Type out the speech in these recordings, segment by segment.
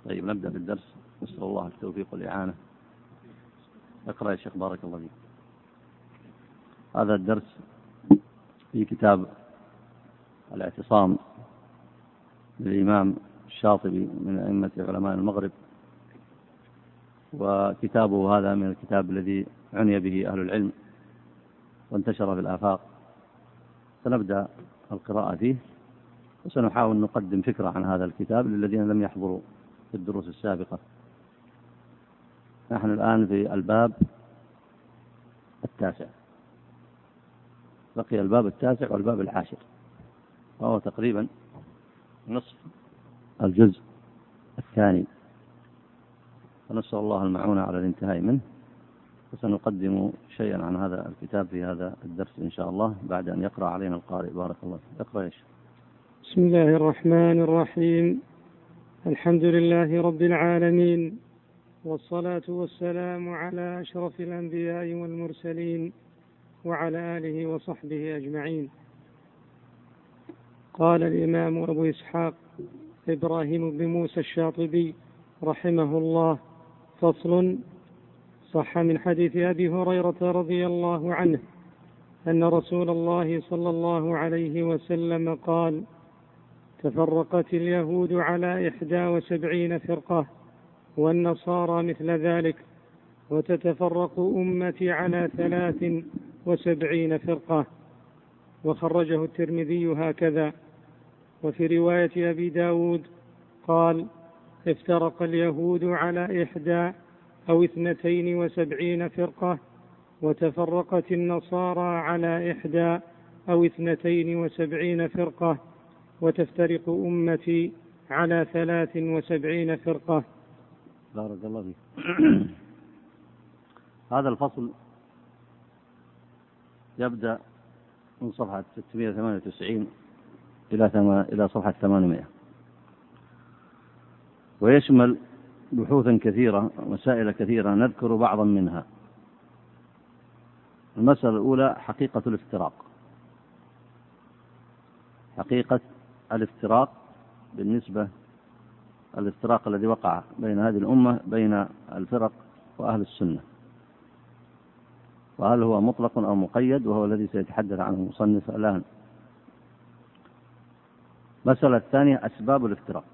طيب نبدأ بالدرس، نسأل الله التوفيق والإعانة. اقرأ يا شيخ بارك الله فيك. هذا الدرس في كتاب الاعتصام للإمام الشاطبي من أئمة علماء المغرب، وكتابه هذا من الكتاب الذي عني به أهل العلم وانتشر في الآفاق. سنبدأ القراءة فيه وسنحاول نقدم فكرة عن هذا الكتاب للذين لم يحضروا في الدروس السابقة. نحن الآن في الباب التاسع، بقي الباب التاسع والباب العاشر، وهو تقريبا نصف الجزء الثاني، فنسأل الله المعونة على الانتهاء منه، وسنقدم شيئا عن هذا الكتاب في هذا الدرس إن شاء الله بعد أن يقرأ علينا القارئ. بارك الله فيك. اقرأ يا شيخ. بسم الله الرحمن الرحيم. الحمد لله رب العالمين، والصلاة والسلام على أشرف الأنبياء والمرسلين وعلى آله وصحبه أجمعين. قال الإمام أبو إسحاق إبراهيم بن موسى الشاطبي رحمه الله: فصل. صح من حديث أبي هريرة رضي الله عنه أن رسول الله صلى الله عليه وسلم قال: تفرقت اليهود على 71 فرقة، والنصارى مثل ذلك، وتتفرق أمتي على 73 فرقة. وخرجه الترمذي هكذا. وفي رواية أبي داود قال: افترق اليهود على 71 أو 72 فرقة، وتفرقت النصارى على 71 أو 72 فرقة، وتفترق أمتي على 73 فرقة. بارك الله فيك. هذا الفصل يبدأ من صفحة 698 إلى صفحة 800، ويشمل بحوثا كثيرة ومسائل كثيرة، نذكر بعضا منها. المسألة الأولى حقيقة الافتراق. حقيقة الافتراق بالنسبة الافتراق الذي وقع بين هذه الأمة بين الفرق وأهل السنة، وهل هو مطلق أو مقيد، وهو الذي سيتحدث عنه المصنف الآن. المسألة الثانية أسباب الافتراق.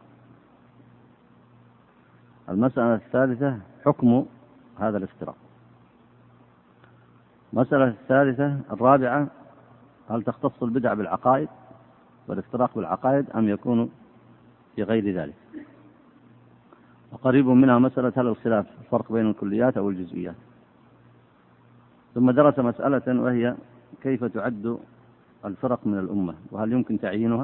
المسألة الثالثة حكم هذا الافتراق. المسألة الثالثة الرابعة هل تختص البدع بالعقائد والافتراق بالعقائد أم يكون في غير ذلك. وقريب منها مسألة هل الخلاف الفرق بين الكليات أو الجزئيات. ثم درس مسألة وهي كيف تعد الفرق من الأمة وهل يمكن تعيينها.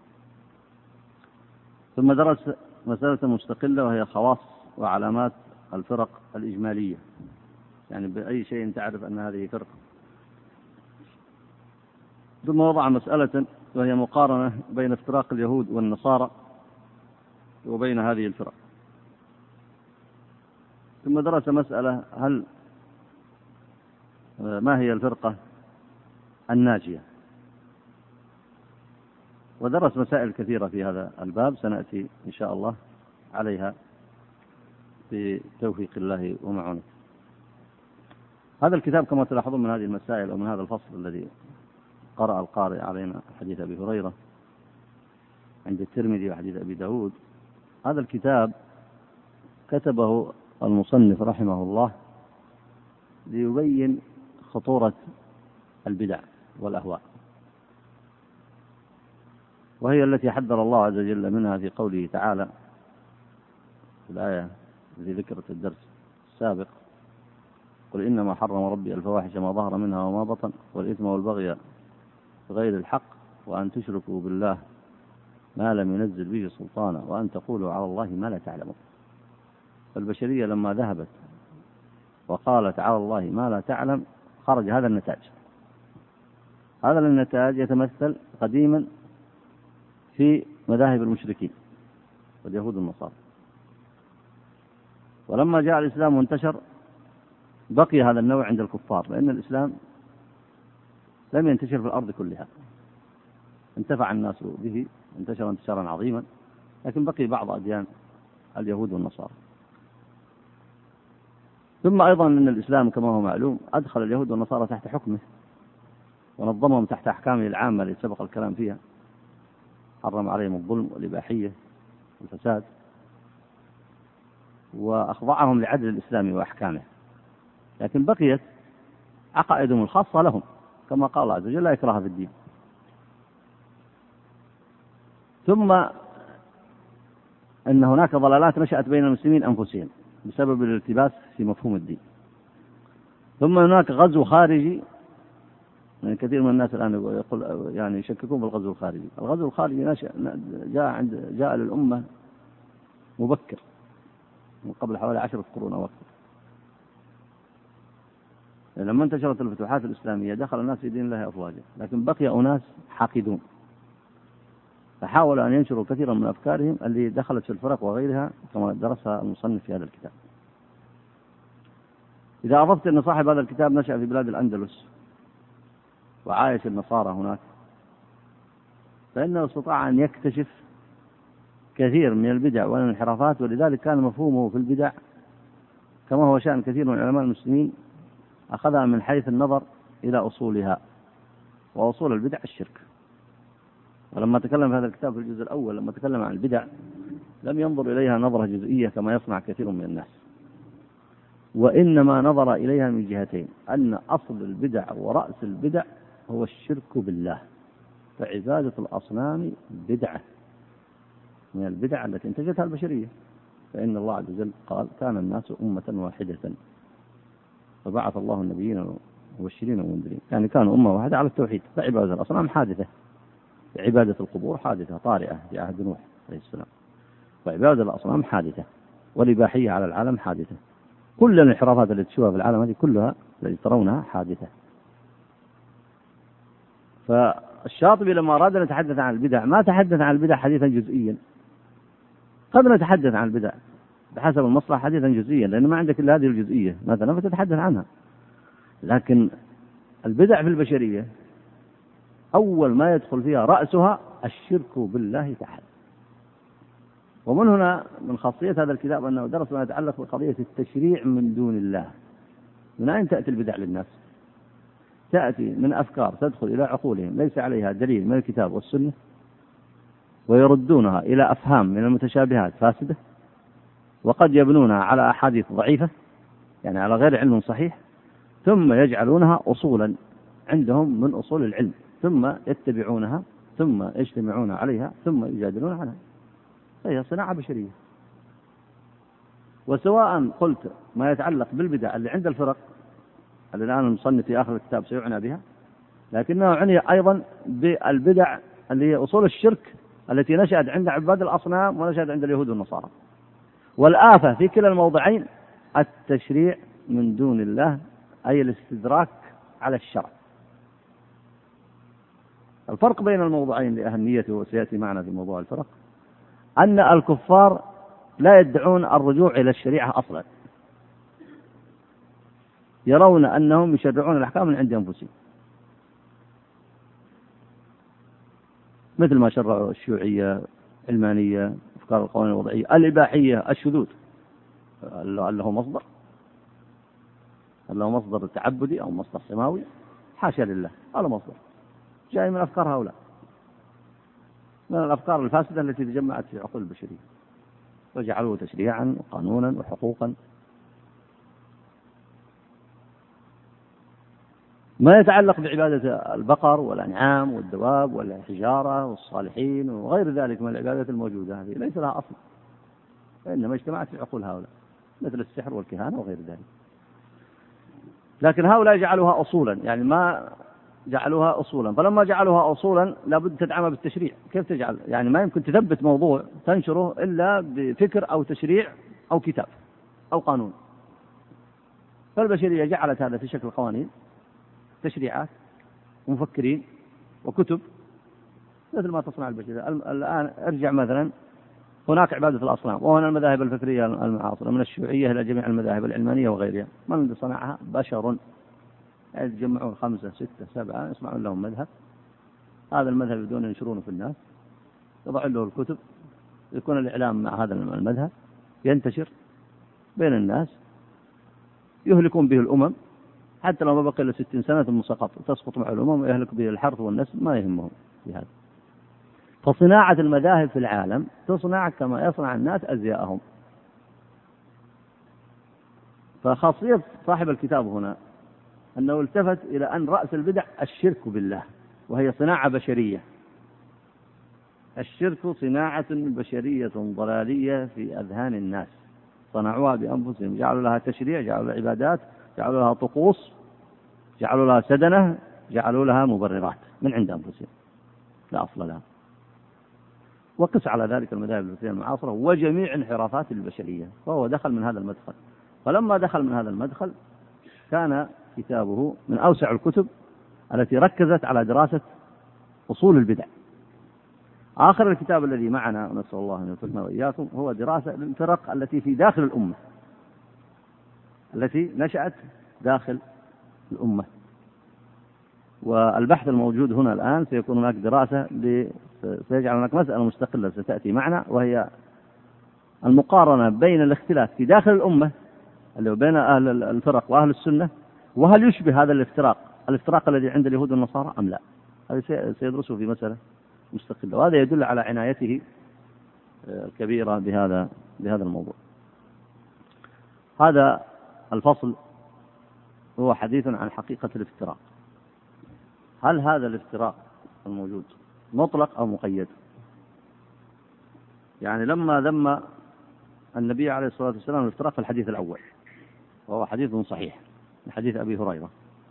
ثم درس مسألة مستقلة وهي خواص وعلامات الفرق الإجمالية، يعني بأي شيء تعرف أن هذه فرقة. ثم وضع مسألة وهي مقارنة بين افتراق اليهود والنصارى وبين هذه الفرق. ثم درس مسألة ما هي الفرقة الناجية. ودرس مسائل كثيرة في هذا الباب سنأتي إن شاء الله عليها بتوفيق الله ومعونته. هذا الكتاب كما تلاحظون من هذه المسائل أو من هذا الفصل الذي قرأ القارئ علينا حديث أبي هريرة عند الترمذي وحديث أبي داود، هذا الكتاب كتبه المصنف رحمه الله ليبين خطورة البدع والأهواء، وهي التي حذر الله عز وجل منها في قوله تعالى في الآية التي ذكرت الدرس السابق: قل إنما حرم ربي الفواحش ما ظهر منها وما بطن والإثم والبغي بغير الحق وأن تشركوا بالله ما لم ينزل به سلطانا وأن تقولوا على الله ما لا تعلمون. فالبشرية لما ذهبت وقالت على الله ما لا تعلم خرج هذا النتاج. هذا النتاج يتمثل قديما في مذاهب المشركين واليهود والنصارى، ولما جاء الإسلام وانتشر بقي هذا النوع عند الكفار، لأن الإسلام لم ينتشر في الأرض كلها، انتفع الناس به، انتشر انتشارا عظيما، لكن بقي بعض أديان اليهود والنصارى. ثم أيضا أن الإسلام كما هو معلوم أدخل اليهود والنصارى تحت حكمه ونظمهم تحت أحكامه العامة التي سبق الكلام فيها، حرم عليهم الظلم والإباحية والفساد، وأخضعهم لعدل الإسلام وأحكامه، لكن بقيت عقائدهم الخاصة لهم كما قال الله عز وجل: لا إكراه في الدين. ثم أن هناك ضلالات نشأت بين المسلمين أنفسهم بسبب الالتباس في مفهوم الدين. ثم هناك غزو خارجي، يعني كثير من الناس الآن يقول يعني يشككون بالغزو الخارجي. الغزو الخارجي جاء للأمة مبكر من قبل حوالي 10 قرون أو أكثر. لما انتشرت الفتوحات الإسلامية دخل الناس في دين الله أفواجا، لكن بقي أناس حاقدون فحاولوا أن ينشروا كثيرا من أفكارهم اللي دخلت في الفرق وغيرها كما درسها المصنف في هذا الكتاب. إذا أضفت أن صاحب هذا الكتاب نشأ في بلاد الأندلس وعايش النصارى هناك، فإنه استطاع أن يكتشف كثير من البدع والانحرافات، ولذلك كان مفهومه في البدع كما هو شأن كثير من علماء المسلمين أخذها من حيث النظر إلى أصولها، وأصول البدع الشرك. ولما تكلم في هذا الكتاب في الجزء الأول لما تكلم عن البدع لم ينظر إليها نظرة جزئية كما يصنع كثير من الناس، وإنما نظر إليها من جهتين: أن أصل البدع ورأس البدع هو الشرك بالله، فعبادة الأصنام بدعة من البدع التي انتجتها البشرية، فإن الله عز وجل قال: كان الناس أمة واحدة فبعث الله النبيين مبشرين ومنذرين. يعني كانوا أمة واحدة على التوحيد، فعبادة الأصنام حادثة، عبادة القبور حادثة طارئة في عهد نوح عليه السلام، وعبادة الأصنام حادثة، والإباحية على العالم حادثة. كل الانحرافات التي تشوفها في العالم هذه كلها التي ترونها حادثة. فالشاطبي لما أراد أن يتحدث عن البدع ما تحدث عن البدع حديثا جزئيا. قد نتحدث عن البدع بحسب المصلحة حديثا جزئيا، لأن ما عندك إلا هذه الجزئية مثلا فتتحدث عنها، لكن البدع في البشرية أول ما يدخل فيها رأسها الشرك بالله تعالى. ومن هنا من خاصية هذا الكتاب أنه درس ما يتعلق بقضية التشريع من دون الله. من أين تأتي البدع للناس؟ تأتي من أفكار تدخل إلى عقولهم ليس عليها دليل من الكتاب والسنة، ويردونها إلى أفهام من المتشابهات فاسدة، وقد يبنونها على أحاديث ضعيفة يعني على غير علم صحيح، ثم يجعلونها أصولا عندهم من أصول العلم، ثم يتبعونها ثم يجتمعون عليها ثم يجادلون عنها. هي صناعة بشرية. وسواء قلت ما يتعلق بالبدع اللي عند الفرق اللي الآن المصنف في آخر الكتاب سيعنى بها، لكنه عني أيضا بالبدع اللي هي أصول الشرك التي نشأت عند عباد الأصنام ونشأت عند اليهود والنصارى. والآفة في كلا الموضعين التشريع من دون الله، أي الاستدراك على الشرع. الفرق بين الموضوعين لأهميته وسيأتي معنا في موضوع الفرق أن الكفار لا يدعون الرجوع إلى الشريعة أصلا، يرون أنهم يشرعون الأحكام من عند أنفسهم، مثل ما شرعوا الشيوعية، علمانية، أفكار القوانين الوضعية، الإباحية، الشذوذ، له مصدر تعبدي أو مصدر سماوي، حاشا لله، هذا مصدر جاي من أفكار هؤلاء، من الأفكار الفاسدة التي تجمعت في عقول البشرية وجعلوه تشريعا وقانونا وحقوقا. ما يتعلق بعبادة البقر والأنعام والدواب والحجارة والصالحين وغير ذلك من العبادات الموجودة هذه ليس لها أصل، فإنما اجتمعت في عقول هؤلاء مثل السحر والكهانة وغير ذلك. لكن هؤلاء جعلوها أصولا، يعني ما جعلوها أصولا، فلما جعلوها أصولا لابد تدعمها بالتشريع. كيف تجعل؟ يعني ما يمكن تثبت موضوع تنشره إلا بفكر أو تشريع أو كتاب أو قانون. فالبشرية جعلت هذا في شكل قوانين، تشريعات ومفكرين وكتب، مثل ما تصنع البشرية الآن. ارجع مثلا هناك عبادة الأصنام، وهنا المذاهب الفكرية المعاصرة من الشيوعية إلى جميع المذاهب العلمانية وغيرها، من الذي صنعها؟ بشر يتجمعون 5 6 7 يصنعون لهم مذهب، هذا المذهب بدون ينشرونه في الناس، يضعون له الكتب، يكون الإعلام مع هذا المذهب، ينتشر بين الناس يهلكون به الأمم، حتى لو ما بقي إلا 60 سنة ثم تسقط مع الأمم ويهلك به الحرث والنسل، ما يهمهم في هذا. فصناعة المذاهب في العالم تصنع كما يصنع الناس أزياءهم. فخاصية صاحب الكتاب هنا أنه التفت إلى أن رأس البدع الشرك بالله، وهي صناعة بشرية. الشرك صناعة بشرية ضلالية في أذهان الناس، صنعوها بأنفسهم، جعلوا لها تشريع، جعلوا لها عبادات، جعلوا لها طقوس، جعلوا لها سدنة، جعلوا لها مبررات من عند أنفسهم لا أصل لها. وقس على ذلك المذاهب الفكرية المعاصرة وجميع انحرافات البشرية، فهو دخل من هذا المدخل. فلما دخل من هذا المدخل كان كتابه من أوسع الكتب التي ركزت على دراسة أصول البدع. آخر الكتاب الذي معنا ونسأل الله أن يوفقنا وإياكم هو دراسة الفرق التي في داخل الأمة، التي نشأت داخل الأمة. والبحث الموجود هنا الآن سيكون هناك دراسة سيجعل هناك مسألة مستقلة ستأتي معنا، وهي المقارنة بين الاختلاف في داخل الأمة اللي بين أهل الفرق وأهل السنة، وهل يشبه هذا الافتراق الذي عند اليهود والنصارى أم لا. هذا سيدرسه في مسألة مستقلة، وهذا يدل على عنايته الكبيرة بهذا الموضوع. هذا الفصل هو حديث عن حقيقة الافتراق. هل هذا الافتراق الموجود مطلق أو مقيد؟ يعني لما ذم النبي عليه الصلاة والسلام الافتراق في الحديث الأول، وهو حديث صحيح من حديث أبي هريرة،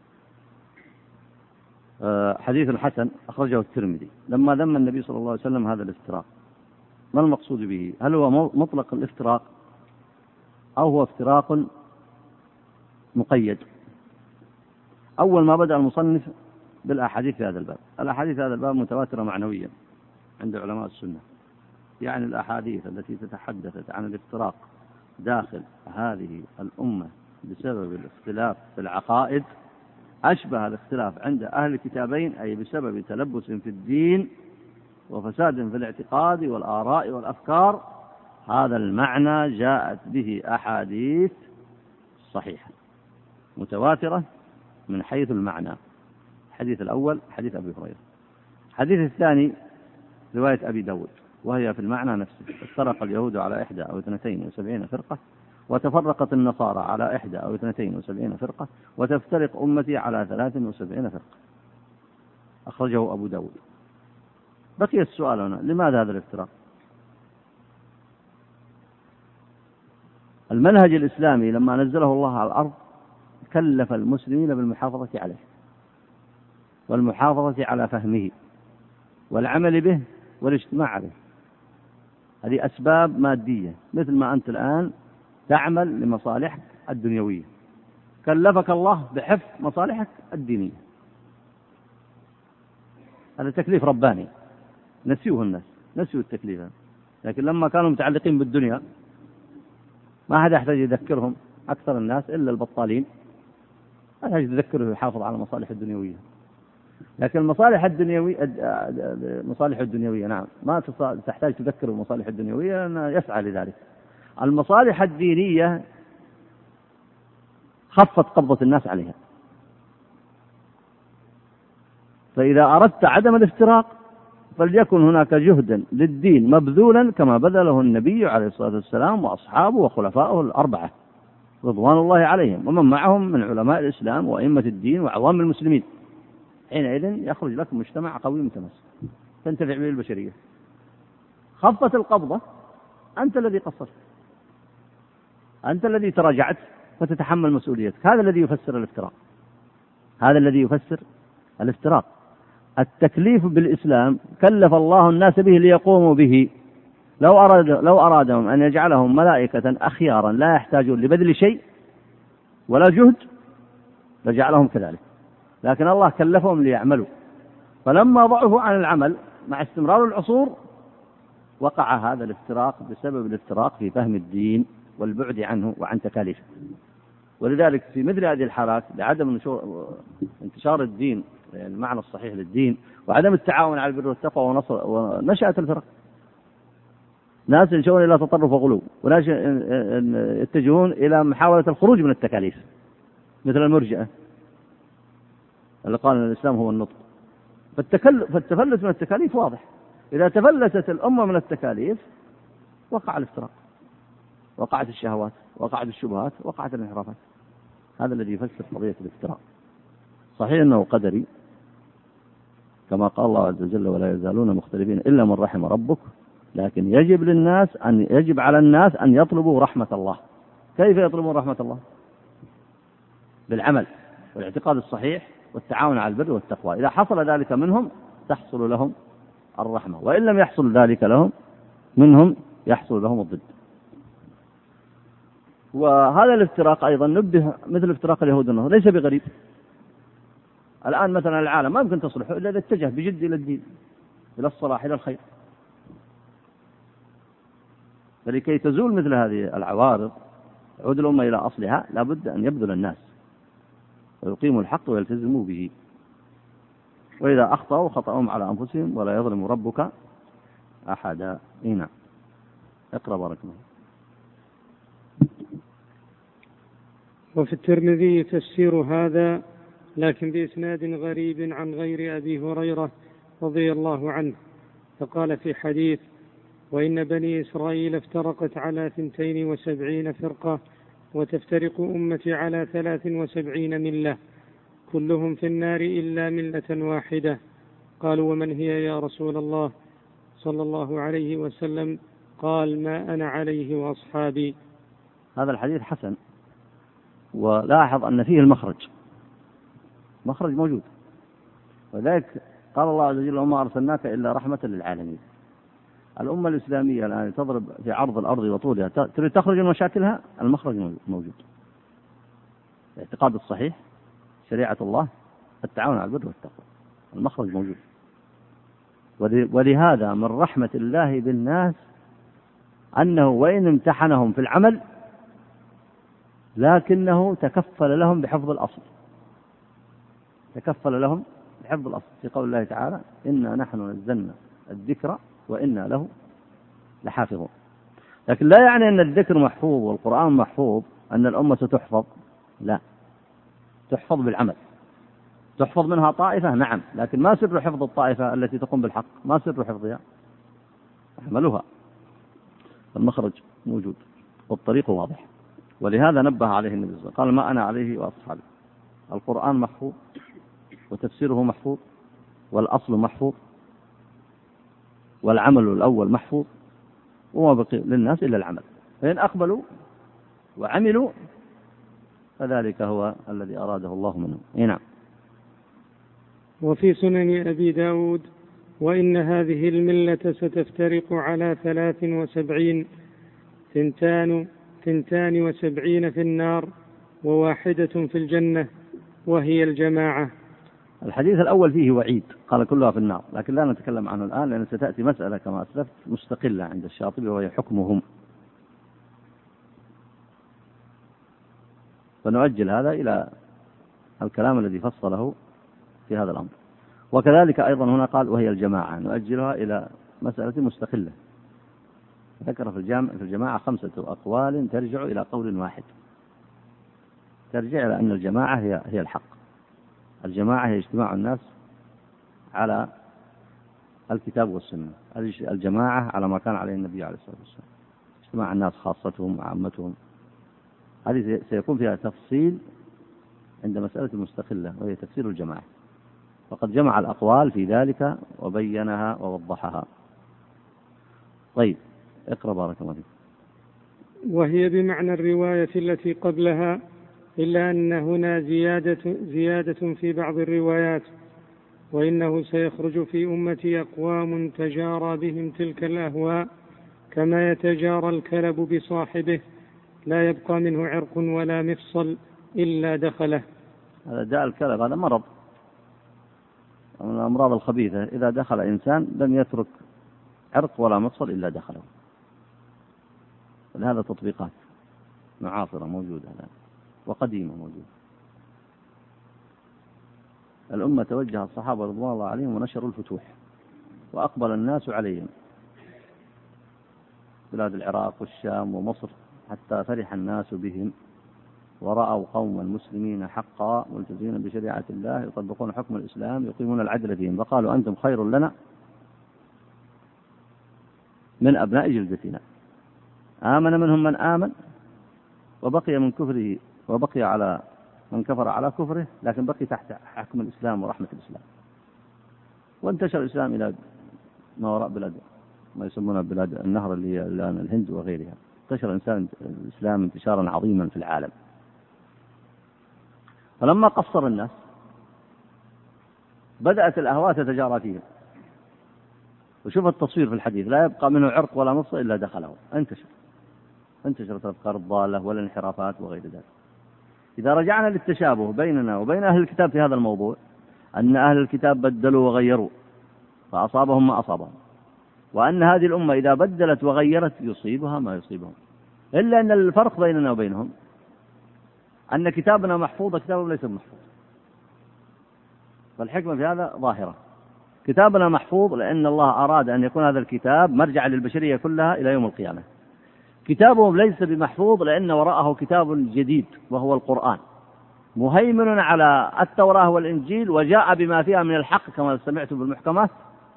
حديث الحسن أخرجه الترمذي، لما ذم النبي صلى الله عليه وسلم هذا الافتراق ما المقصود به؟ هل هو مطلق الافتراق أو هو افتراق مقيد؟ أول ما بدأ المصنف بالأحاديث في هذا الباب. الأحاديث في هذا الباب متواترة معنويا عند علماء السنة، يعني الأحاديث التي تتحدث عن الافتراق داخل هذه الأمة بسبب الاختلاف في العقائد أشبه الاختلاف عند أهل الكتابين، أي بسبب تلبس في الدين وفساد في الاعتقاد والآراء والأفكار. هذا المعنى جاءت به أحاديث صحيحة متواترة من حيث المعنى. الحديث الأول حديث أبي هريرة. الحديث الثاني رواية أبي داود، وهي في المعنى نفسه: افترق اليهود على 71 فرقة، وتفرقت النصارى على 71 فرقة، وتفترق أمتي على 73 فرقة. أخرجه أبو داود. بقي السؤال هنا: لماذا هذا الافتراق؟ المنهج الإسلامي لما نزله الله على الأرض كلف المسلمين بالمحافظة عليه والمحافظة على فهمه والعمل به والاجتماع عليه. هذه أسباب مادية، مثل ما أنت الآن تعمل لمصالحك الدنيوية، كلفك الله بحفظ مصالحك الدينية. هذا تكليف رباني نسيوه الناس، نسيوا التكليف. لكن لما كانوا متعلقين بالدنيا ما حد يحتاج يذكرهم، أكثر الناس إلا البطالين ما يحتاج يذكره يحافظ على مصالح الدنيوية. لكن المصالح الدنيوية نعم ما تحتاج تذكر المصالح الدنيوية، أنه يسعى لذلك. المصالح الدينية خفت قبضة الناس عليها. فإذا أردت عدم الافتراق فليكن هناك جهدا للدين مبذولا كما بذله النبي عليه الصلاة والسلام وأصحابه وخلفائه الأربعة رضوان الله عليهم ومن معهم من علماء الإسلام وأئمة الدين وعوام المسلمين. حينئذ يخرج لك مجتمع قوي متماسك تنتفع به البشرية. خفت القبضة، أنت الذي قصرت، أنت الذي تراجعت فتتحمل مسؤوليتك. هذا الذي يفسر الافتراق، هذا الذي يفسر الافتراق. التكليف بالإسلام كلف الله الناس به ليقوموا به. لو أرادهم أن يجعلهم ملائكة أخيارا لا يحتاجون لبذل شيء ولا جهد لجعلهم كذلك، لكن الله كلفهم ليعملوا. فلما ضعفوا عن العمل مع استمرار العصور وقع هذا الافتراق بسبب الافتراق في فهم الدين والبعد عنه وعن تكاليفه. ولذلك في مثل هذه الحالات لعدم انتشار الدين، يعني المعنى الصحيح للدين، وعدم التعاون على البر والتقوى ونشأت الفرق. ناس ينشؤون إلى تطرف وغلو، وناس يتجهون إلى محاولة الخروج من التكاليف مثل المرجئة اللي قال أن الإسلام هو النطق. فالتفلت من التكاليف واضح. إذا تفلتت الأمة من التكاليف وقع الافتراق، وقعت الشهوات، وقعت الشبهات، وقعت الانحرافات. هذا الذي يفسر قضية الافتراق. صحيح أنه قدري كما قال الله عز وجل: ولا يزالون مختلفين إلا من رحم ربك، لكن يجب على الناس أن يطلبوا رحمة الله. كيف يطلبون رحمة الله؟ بالعمل والاعتقاد الصحيح والتعاون على البر والتقوى. إذا حصل ذلك منهم تحصل لهم الرحمة، وإن لم يحصل ذلك منهم يحصل لهم الضد. وهذا الافتراق أيضا نبه مثل افتراق اليهود والنصارى ليس بغريب. الآن مثلا العالم ما يمكن تصلحه إلا إذا اتجه بجد إلى الدين، إلى الصلاح، إلى الخير. فلكي تزول مثل هذه العوارض تعود الأمة إلى أصلها لابد أن يبذل الناس ويقيموا الحق ويلتزموا به. وإذا أخطأوا خطأهم على أنفسهم ولا يظلم ربك أحدا. نعم. اقرأ بارك الله. وفي الترمذي تفسير هذا لكن بإسناد غريب عن غير أبي هريرة رضي الله عنه، فقال في حديث: وإن بني إسرائيل افترقت على 72 فرقة، وتفترق أمتي على 73 ملة، كلهم في النار إلا ملة واحدة. قالوا: ومن هي يا رسول الله صلى الله عليه وسلم؟ قال: ما أنا عليه وأصحابي. هذا الحديث حسن، ولاحظ أن فيه المخرج موجود، وذلك قال الله عز وجل: وما أرسلناك إلا رحمة للعالمين. الأمة الإسلامية الآن تضرب في عرض الأرض وطولها، تريد تخرج من مشاكلها، المخرج موجود: الاعتقاد الصحيح، شريعة الله، التعاون على البر والتقوى. المخرج موجود. ولهذا من رحمة الله بالناس أنه وإن امتحنهم في العمل لكنه تكفل لهم بحفظ الأصل، في قول الله تعالى: إنا نحن نزلنا الذكر وإنا له لحافظون. لكن لا يعني أن الذكر محفوظ والقرآن محفوظ أن الأمة ستحفظ، لا، تحفظ بالعمل. تحفظ منها طائفة، نعم، لكن ما سر حفظ الطائفة التي تقوم بالحق؟ ما سر حفظها؟ عملها. المخرج موجود والطريق واضح. ولهذا نبه عليه النبي صلى الله عليه وسلم، قال: ما أنا عليه وأصحابي. القرآن محفوظ وتفسيره محفوظ والأصل محفوظ والعمل الأول محفوظ، وما بقي للناس إلا العمل. فإن أقبلوا وعملوا فذلك هو الذي أراده الله منهم. نعم. وفي سنن أبي داود: وإن هذه الملة ستفترق على 73، 72 في النار وواحدة في الجنة، وهي الجماعة. الحديث الأول فيه وعيد، قال كلها في النار، لكن لا نتكلم عنه الآن لأن ستأتي مسألة كما أسلفت مستقلة عند الشاطبي وهي حكمهم، فنؤجل هذا إلى الكلام الذي فصله في هذا الأمر. وكذلك أيضا هنا قال: وهي الجماعة، نؤجلها إلى مسألة مستقلة. ذكر في الجماعة 5 أقوال ترجع إلى قول واحد، ترجع إلى أن الجماعة هي الحق. الجماعة هي اجتماع الناس على الكتاب والسنة، الجماعة على ما كان عليه النبي عليه الصلاة والسلام، اجتماع الناس خاصتهم وعامتهم. هذه سيكون فيها تفصيل عند مسألة مستقلة وهي تفسير الجماعة، فقد جمع الأقوال في ذلك وبينها ووضحها. طيب، اقرأ بارك الله فيك. وهي بمعنى الرواية التي قبلها، إلا أن هنا زيادة في بعض الروايات: وإنه سيخرج في أمتي أقوام تجارى بهم تلك الأهواء كما يتجارى الكلب بصاحبه، لا يبقى منه عرق ولا مفصل إلا دخله. هذا داء الكلب، هذا مرض من الأمراض الخبيثة. إذا دخل إنسان لم يترك عرق ولا مفصل إلا دخله. ولهذا تطبيقات معاصرة موجودة الآن وقديمة موجودة. الأمة توجه الصحابة رضوان الله عليهم ونشروا الفتوح وأقبل الناس عليهم، بلاد العراق والشام ومصر حتى فرح الناس بهم ورأوا قوما مسلمين حقا ملتزمين بشريعة الله يطبقون حكم الإسلام يقيمون العدل فيهم، فقالوا أنتم خير لنا من أبناء جلدتنا. آمن منهم من آمن وبقي من كفره وبقي على من كفر على كفره، لكن بقي تحت حكم الإسلام ورحمة الإسلام. وانتشر الإسلام إلى ما وراء بلاد ما يسمونها بلاد النهر اللي هي الآن الهند وغيرها. انتشر الإسلام انتشارا عظيما في العالم. فلما قصر الناس بدأت الأهواء تتجارى فيهم. وشوف التصوير في الحديث، لا يبقى منه عرق ولا نص إلا دخله. انتشرت الأفكار الضالة والانحرافات وغير ذلك. إذا رجعنا للتشابه بيننا وبين أهل الكتاب في هذا الموضوع، أن أهل الكتاب بدلوا وغيروا فأصابهم ما أصابهم، وأن هذه الأمة إذا بدلت وغيرت يصيبها ما يصيبهم، إلا أن الفرق بيننا وبينهم أن كتابنا محفوظ وكتابهم ليس محفوظ. فالحكمة في هذا ظاهرة. كتابنا محفوظ لأن الله أراد أن يكون هذا الكتاب مرجعا للبشرية كلها إلى يوم القيامة. كتابهم ليس بمحفوظ لأن وراءه كتاب جديد وهو القرآن مهيمن على التوراة والإنجيل، وجاء بما فيها من الحق كما سمعتم بالمحكمات،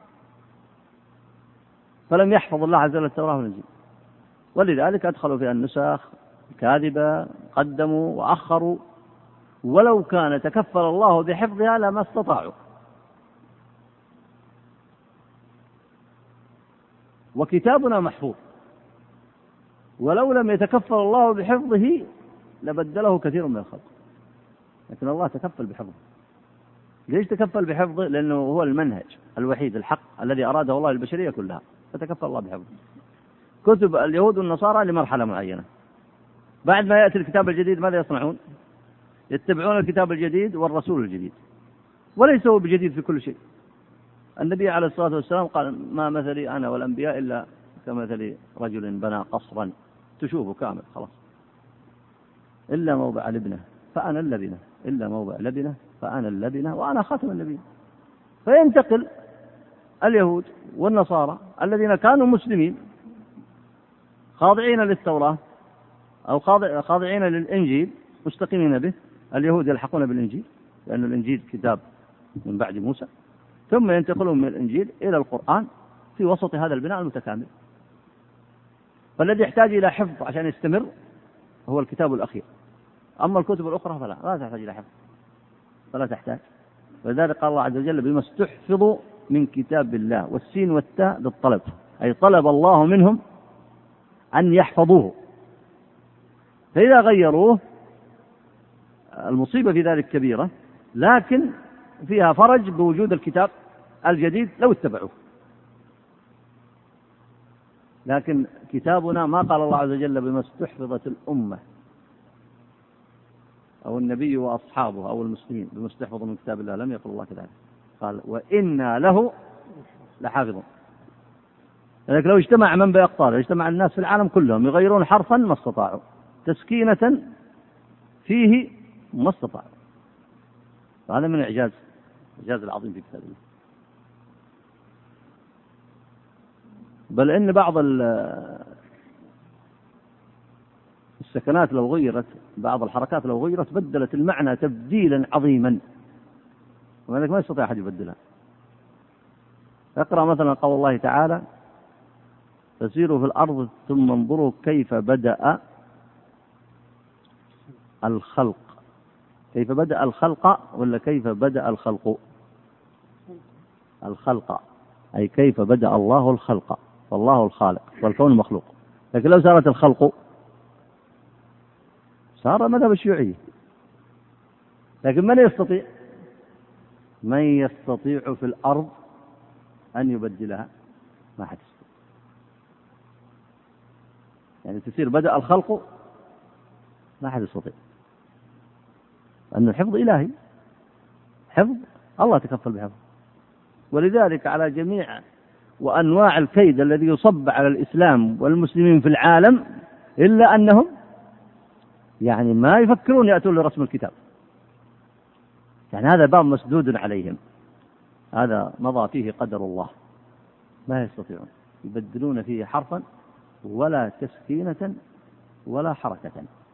فلم يحفظ الله عز وجل التوراة والإنجيل، ولذلك أدخلوا فيها النسخ كاذبة، قدموا وأخروا، ولو كان تكفل الله بحفظها لما استطاعوا. وكتابنا محفوظ، ولو لم يتكفل الله بحفظه لبدله كثير من الخلق، لكن الله تكفل بحفظه. ليش تكفل بحفظه؟ لأنه هو المنهج الوحيد الحق الذي أراده الله للبشرية كلها، فتكفل الله بحفظه. كتب اليهود والنصارى لمرحلة معينة، بعد ما يأتي الكتاب الجديد ماذا يصنعون؟ يتبعون الكتاب الجديد والرسول الجديد، وليس هو بجديد في كل شيء. النبي عليه الصلاة والسلام قال: ما مثلي أنا والأنبياء إلا كمثل رجل بنى قصرا تشوفه كامل خلاص، إلا موضع لبنة فأنا اللبنة، إلا موضع لبنة فأنا اللبنة وأنا خاتم النبيين. فينتقل اليهود والنصارى الذين كانوا مسلمين خاضعين للتوراة أو خاضعين للإنجيل مستقيمين به. اليهود يلحقون بالإنجيل لأن الإنجيل كتاب من بعد موسى، ثم ينتقلون من الإنجيل إلى القرآن في وسط هذا البناء المتكامل. فالذي يحتاج إلى حفظ عشان يستمر هو الكتاب الأخير، أما الكتب الأخرى فلا تحتاج إلى حفظ، فلا تحتاج. ولذلك قال الله عز وجل: بما استحفظوا من كتاب الله، والسين والتاء للطلب، أي طلب الله منهم أن يحفظوه، فإذا غيروه المصيبة في ذلك كبيرة، لكن فيها فرج بوجود الكتاب الجديد لو اتبعوه. لكن كتابنا ما قال الله عز وجل بما استحفظت الأمة أو النبي وأصحابه أو المسلمين بما استحفظوا من كتاب الله، لم يقل الله كذلك، قال: وإنا له لحافظون. لذلك لو اجتمع من بأقطاره، اجتمع الناس في العالم كلهم يغيرون حرفا ما استطاعوا، تسكينة فيه ما استطاعوا. فهذا من الإعجاز العظيم في كتاب الله. بل إن بعض السكنات لو غيرت، بعض الحركات لو غيرت بدلت المعنى تبديلا عظيما، ولذلك ما يستطيع أحد يبدلها. اقرأ مثلا قول الله تعالى: فسيروا في الأرض ثم انظروا كيف بدأ الخلق. كيف بدأ الخلق ولا كيف بدأ الخلق؟ الخلق، أي كيف بدأ الله الخلق، والله الخالق والكون مخلوق. لكن لو صارت الخلق صار مذهب الشيوعية. لكن من يستطيع في الأرض أن يبدلها؟ ما حد يستطيع. يعني تصير بدأ الخلق، ما حد يستطيع، لأن الحفظ إلهي، حفظ الله تكفل بحفظ. ولذلك على جميع وأنواع الكيد الذي يصب على الإسلام والمسلمين في العالم، إلا أنهم يعني ما يفكرون يأتون لرسم الكتاب. يعني هذا باب مسدود عليهم، هذا مضى فيه قدر الله، ما يستطيعون يبدلون فيه حرفا ولا تسكينة ولا حركة.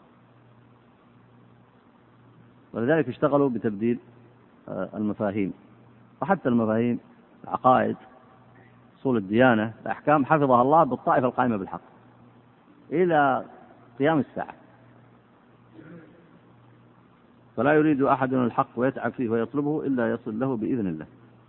ولذلك اشتغلوا بتبديل المفاهيم، وحتى المفاهيم العقائد أصول الديانة الأحكام حفظها الله بالطائفة القائمة بالحق إلى قيام الساعة، فلا يريد أحد الحق ويتعب فيه ويطلبه إلا يصل له بإذن الله.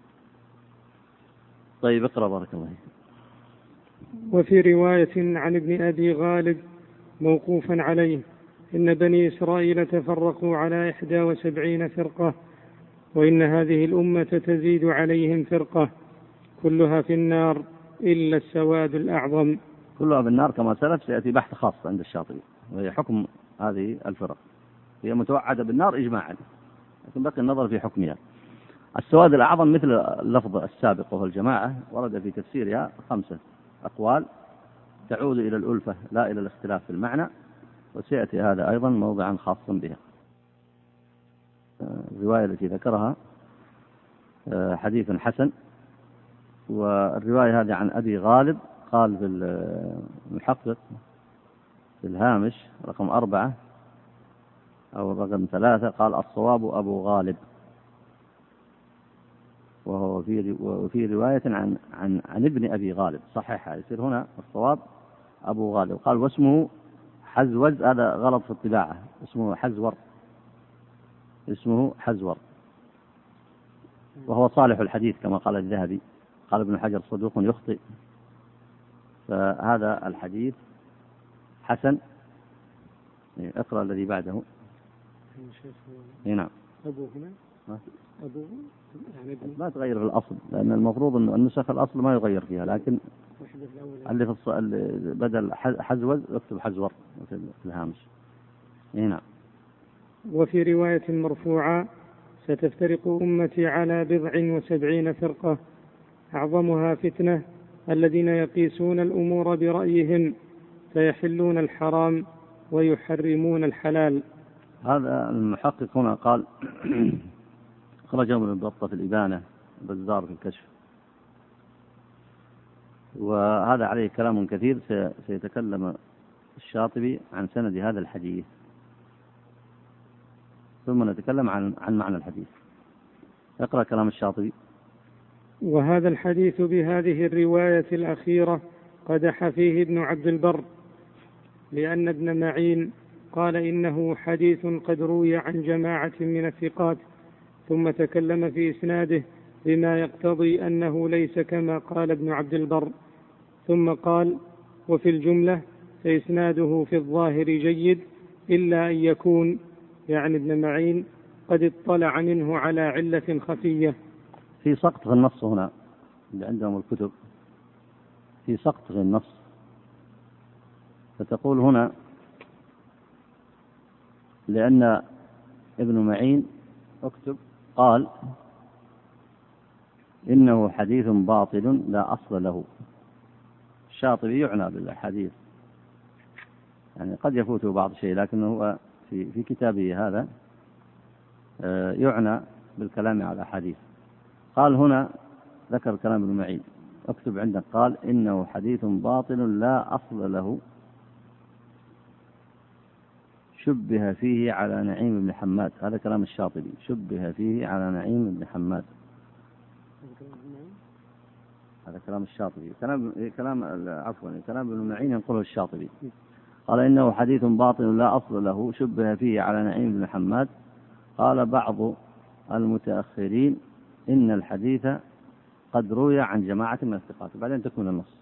طيب اقرأ بارك الله. وفي رواية عن ابن أبي غالب موقوفا عليه: إن بني إسرائيل تفرقوا على 71 فرقة، وإن هذه الأمة تزيد عليهم فرقة كلها في النار إلا السواد الأعظم. كلها في النار كما سلف، سيأتي بحث خاص عند الشاطبي وهي حكم هذه الفرق، هي متوعدة بالنار إجماعا، لكن بقي النظر في حكمها. السواد الأعظم مثل اللفظ السابق وهو الجماعة، ورد في تفسيرها 5 أقوال تعود إلى الألفة لا إلى الاختلاف في المعنى، وسيأتي هذا أيضا موضعا خاصا بها. الرواية التي ذكرها حديث حسن، والرواية هذه عن أبي غالب، قال في المحقق في الهامش رقم 4 أو رقم 3 قال الصواب أبو غالب، وهو في رواية عن ابن أبي غالب صحيحة، يصير هنا الصواب أبو غالب. قال واسمه حزوز، هذا غلط في الطباعة، اسمه حزور، وهو صالح الحديث كما قال الذهبي. قال ابن حجر صدوق يخطئ، فهذا الحديث حسن. اقرأ الذي بعده. نعم. أبو هنا أبو يعني ما تغير في الأصل، لأن المفروض أن النسخ الأصل ما يغير فيها، لكن اللي في بدل حزوز اكتب حزور في الهامش. نعم. وفي رواية مرفوعة: ستفترق أمتي على 70 فرقة أعظمها فتنة الذين يقيسون الأمور برأيهم فيحلون الحرام ويحرمون الحلال. هذا المحقق هنا قال خرج من الضبط في الإبانة، بزار في الكشف، وهذا عليه كلام كثير. سيتكلم الشاطبي عن سند هذا الحديث، ثم نتكلم عن معنى الحديث. اقرأ كلام الشاطبي. وهذا الحديث بهذه الرواية الأخيرة قدح فيه ابن عبد البر، لأن ابن معين قال إنه حديث قد روي عن جماعة من الثقات، ثم تكلم في إسناده بما يقتضي أنه ليس كما قال ابن عبد البر، ثم قال: وفي الجملة فإسناده في الظاهر جيد، إلا أن يكون يعني ابن معين قد اطلع منه على علة خفية. في سقط في النص هنا اللي عندهم الكتب، في سقط في النص، فتقول هنا لأن ابن معين اكتب قال إنه حديث باطل لا أصل له. الشاطبي يعنى بالحديث، يعني قد يفوته بعض الشيء، لكنه في كتابه هذا يعنى بالكلام على حديث. قال هنا ذكر كلام ابن معين، اكتب عندك قال إنه حديث باطل لا أصل له شبه فيه على نعيم بن حماد. هذا كلام الشاطبي، شبه فيه على نعيم بن حماد، هذا كلام الشاطبي. كلام ابن معين ينقله الشاطبي. قال إنه حديث باطل لا أصل له شبه فيه على نعيم بن حماد. قال بعض المتأخرين إن الحديث قد روي عن جماعة من الثقات، بعدين تكون النص.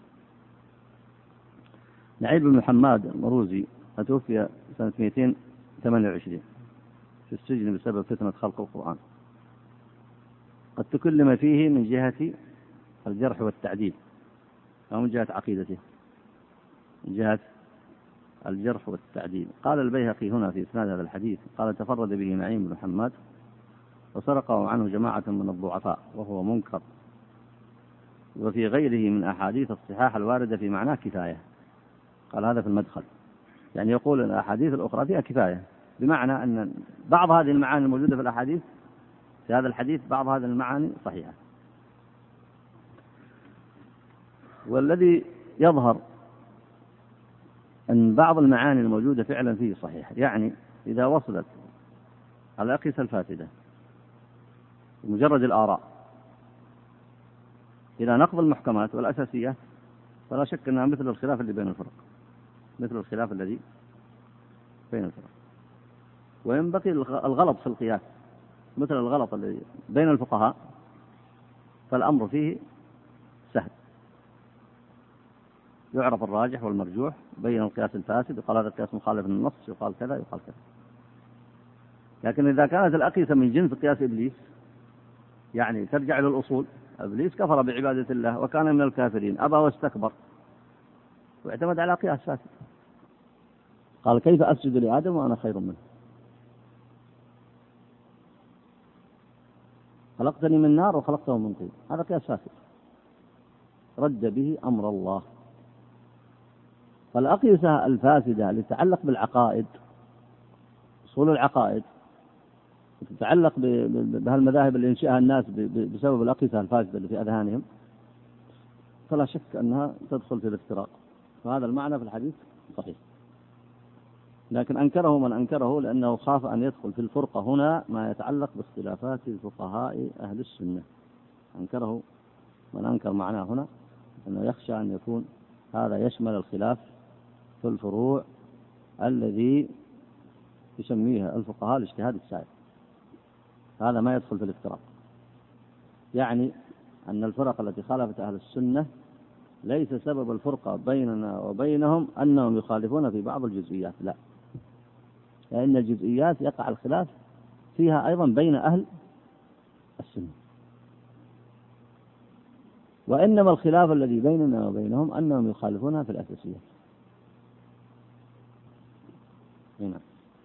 نعيم بن حماد المروزي توفي سنة 228 في السجن بسبب فتنة خلق القرآن. قد تكلم فيه من جهة الجرح والتعديل أو من جهة عقيدته، من جهة الجرح والتعديل. قال البيهقي هنا في إسناد هذا الحديث قال تفرد به نعيم بن حماد وسرقه عنه جماعة من الضعفاء وهو منكر، وفي غيره من أحاديث الصحاح الواردة في معناه كفاية. قال هذا في المدخل، يعني يقول أن الأحاديث الأخرى فيها كفاية، بمعنى أن بعض هذه المعاني الموجودة في الأحاديث في هذا الحديث بعض هذه المعاني صحيحة. والذي يظهر أن بعض المعاني الموجودة فعلا فيه صحيح، يعني إذا وصلت الأقيسة الفاسدة بمجرد الآراء إلى نقض المحكمات والأساسيات فلا شك أنها مثل الخلاف اللي بين الفرق، مثل الخلاف الذي بين الفرق. وينبغي الغلط في القياس مثل الغلط الذي بين الفقهاء، فالأمر فيه سهل، يعرف الراجح والمرجوح، بين القياس الفاسد يقال هذا القياس مخالف للنص، يقال كذا يقال كذا. لكن إذا كانت الأقيسة من جنس قياس إبليس، يعني ترجع إلى الأصول، إبليس كفر بعبادة الله وكان من الكافرين، أبى واستكبر واعتمد على قياس فاسد، قال كيف أسجد لآدم وأنا خير منه، خلقتني من نار وخلقته من طين، هذا قياس فاسد رد به أمر الله. فالأقيسة الفاسدة اللي تتعلق بالعقائد، أصول العقائد، تتعلق بهالمذاهب اللي ينشئها الناس بسبب الأقيسة الفاسدة اللي في أذهانهم، فلا شك أنها تدخل في الافتراق، وهذا المعنى في الحديث صحيح. لكن أنكره من أنكره لأنه خاف أن يدخل في الفرقة هنا ما يتعلق باختلافات فقهاء أهل السنة، أنكره من أنكر معناه هنا أنه يخشى أن يكون هذا يشمل الخلاف في الفروع الذي يسميه الفقهاء الاجتهاد السائغ، هذا ما يدخل في الافتراق. يعني أن الفرق التي خالفت أهل السنة ليس سبب الفرقة بيننا وبينهم أنهم يخالفون في بعض الجزئيات، لا، لأن الجزئيات يقع الخلاف فيها أيضا بين أهل السنة، وإنما الخلاف الذي بيننا وبينهم أنهم يخالفونها في الأساسيات. هنا.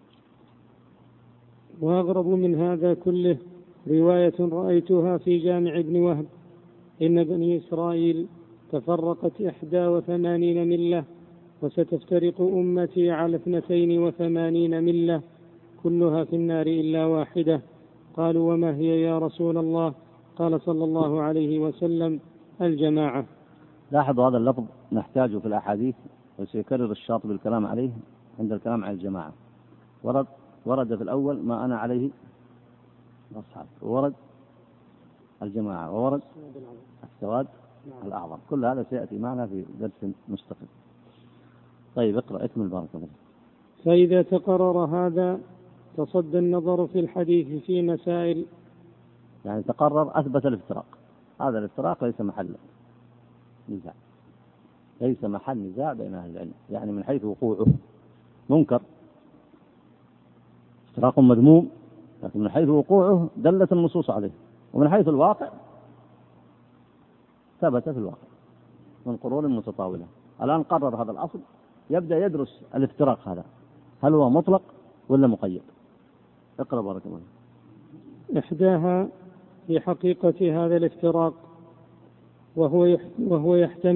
وأغرب من هذا كله رواية رأيتها في جامع ابن وهب: إن بني إسرائيل تفرقت 81 ملة، وستفترق أمتي على 82 ملة، كلها في النار إلا واحدة. قالوا: وما هي يا رسول الله؟ قال صلى الله عليه وسلم: الجماعة. لاحظوا هذا اللفظ نحتاجه في الأحاديث، وسيكرر الشاطبي الكلام عليه عند الكلام عن الجماعة. ورد في الأول ما أنا عليه أصحاب، وورد الجماعة، وورد السواد الأعظم، كل هذا سيأتي معنا في درس مستقل. طيب اقرأ اكمل بارك الله. فإذا تقرر هذا تصدى النظر في الحديث في مسائل، يعني تقرر أثبت الافتراق، هذا الافتراق ليس محل نزاع، ليس محل نزاع بين أهل العلم، يعني من حيث وقوعه منكر، افتراق مذموم، لكن من حيث وقوعه دلت النصوص عليه، ومن حيث الواقع ثبت في الواقع من قرون متطاولة. الآن قرر هذا الأصل، يبدأ يدرس الافتراق هذا هل هو مطلق ولا مقيد. اقرأ بارك الله. إحداها في حقيقة هذا الافتراق، وهو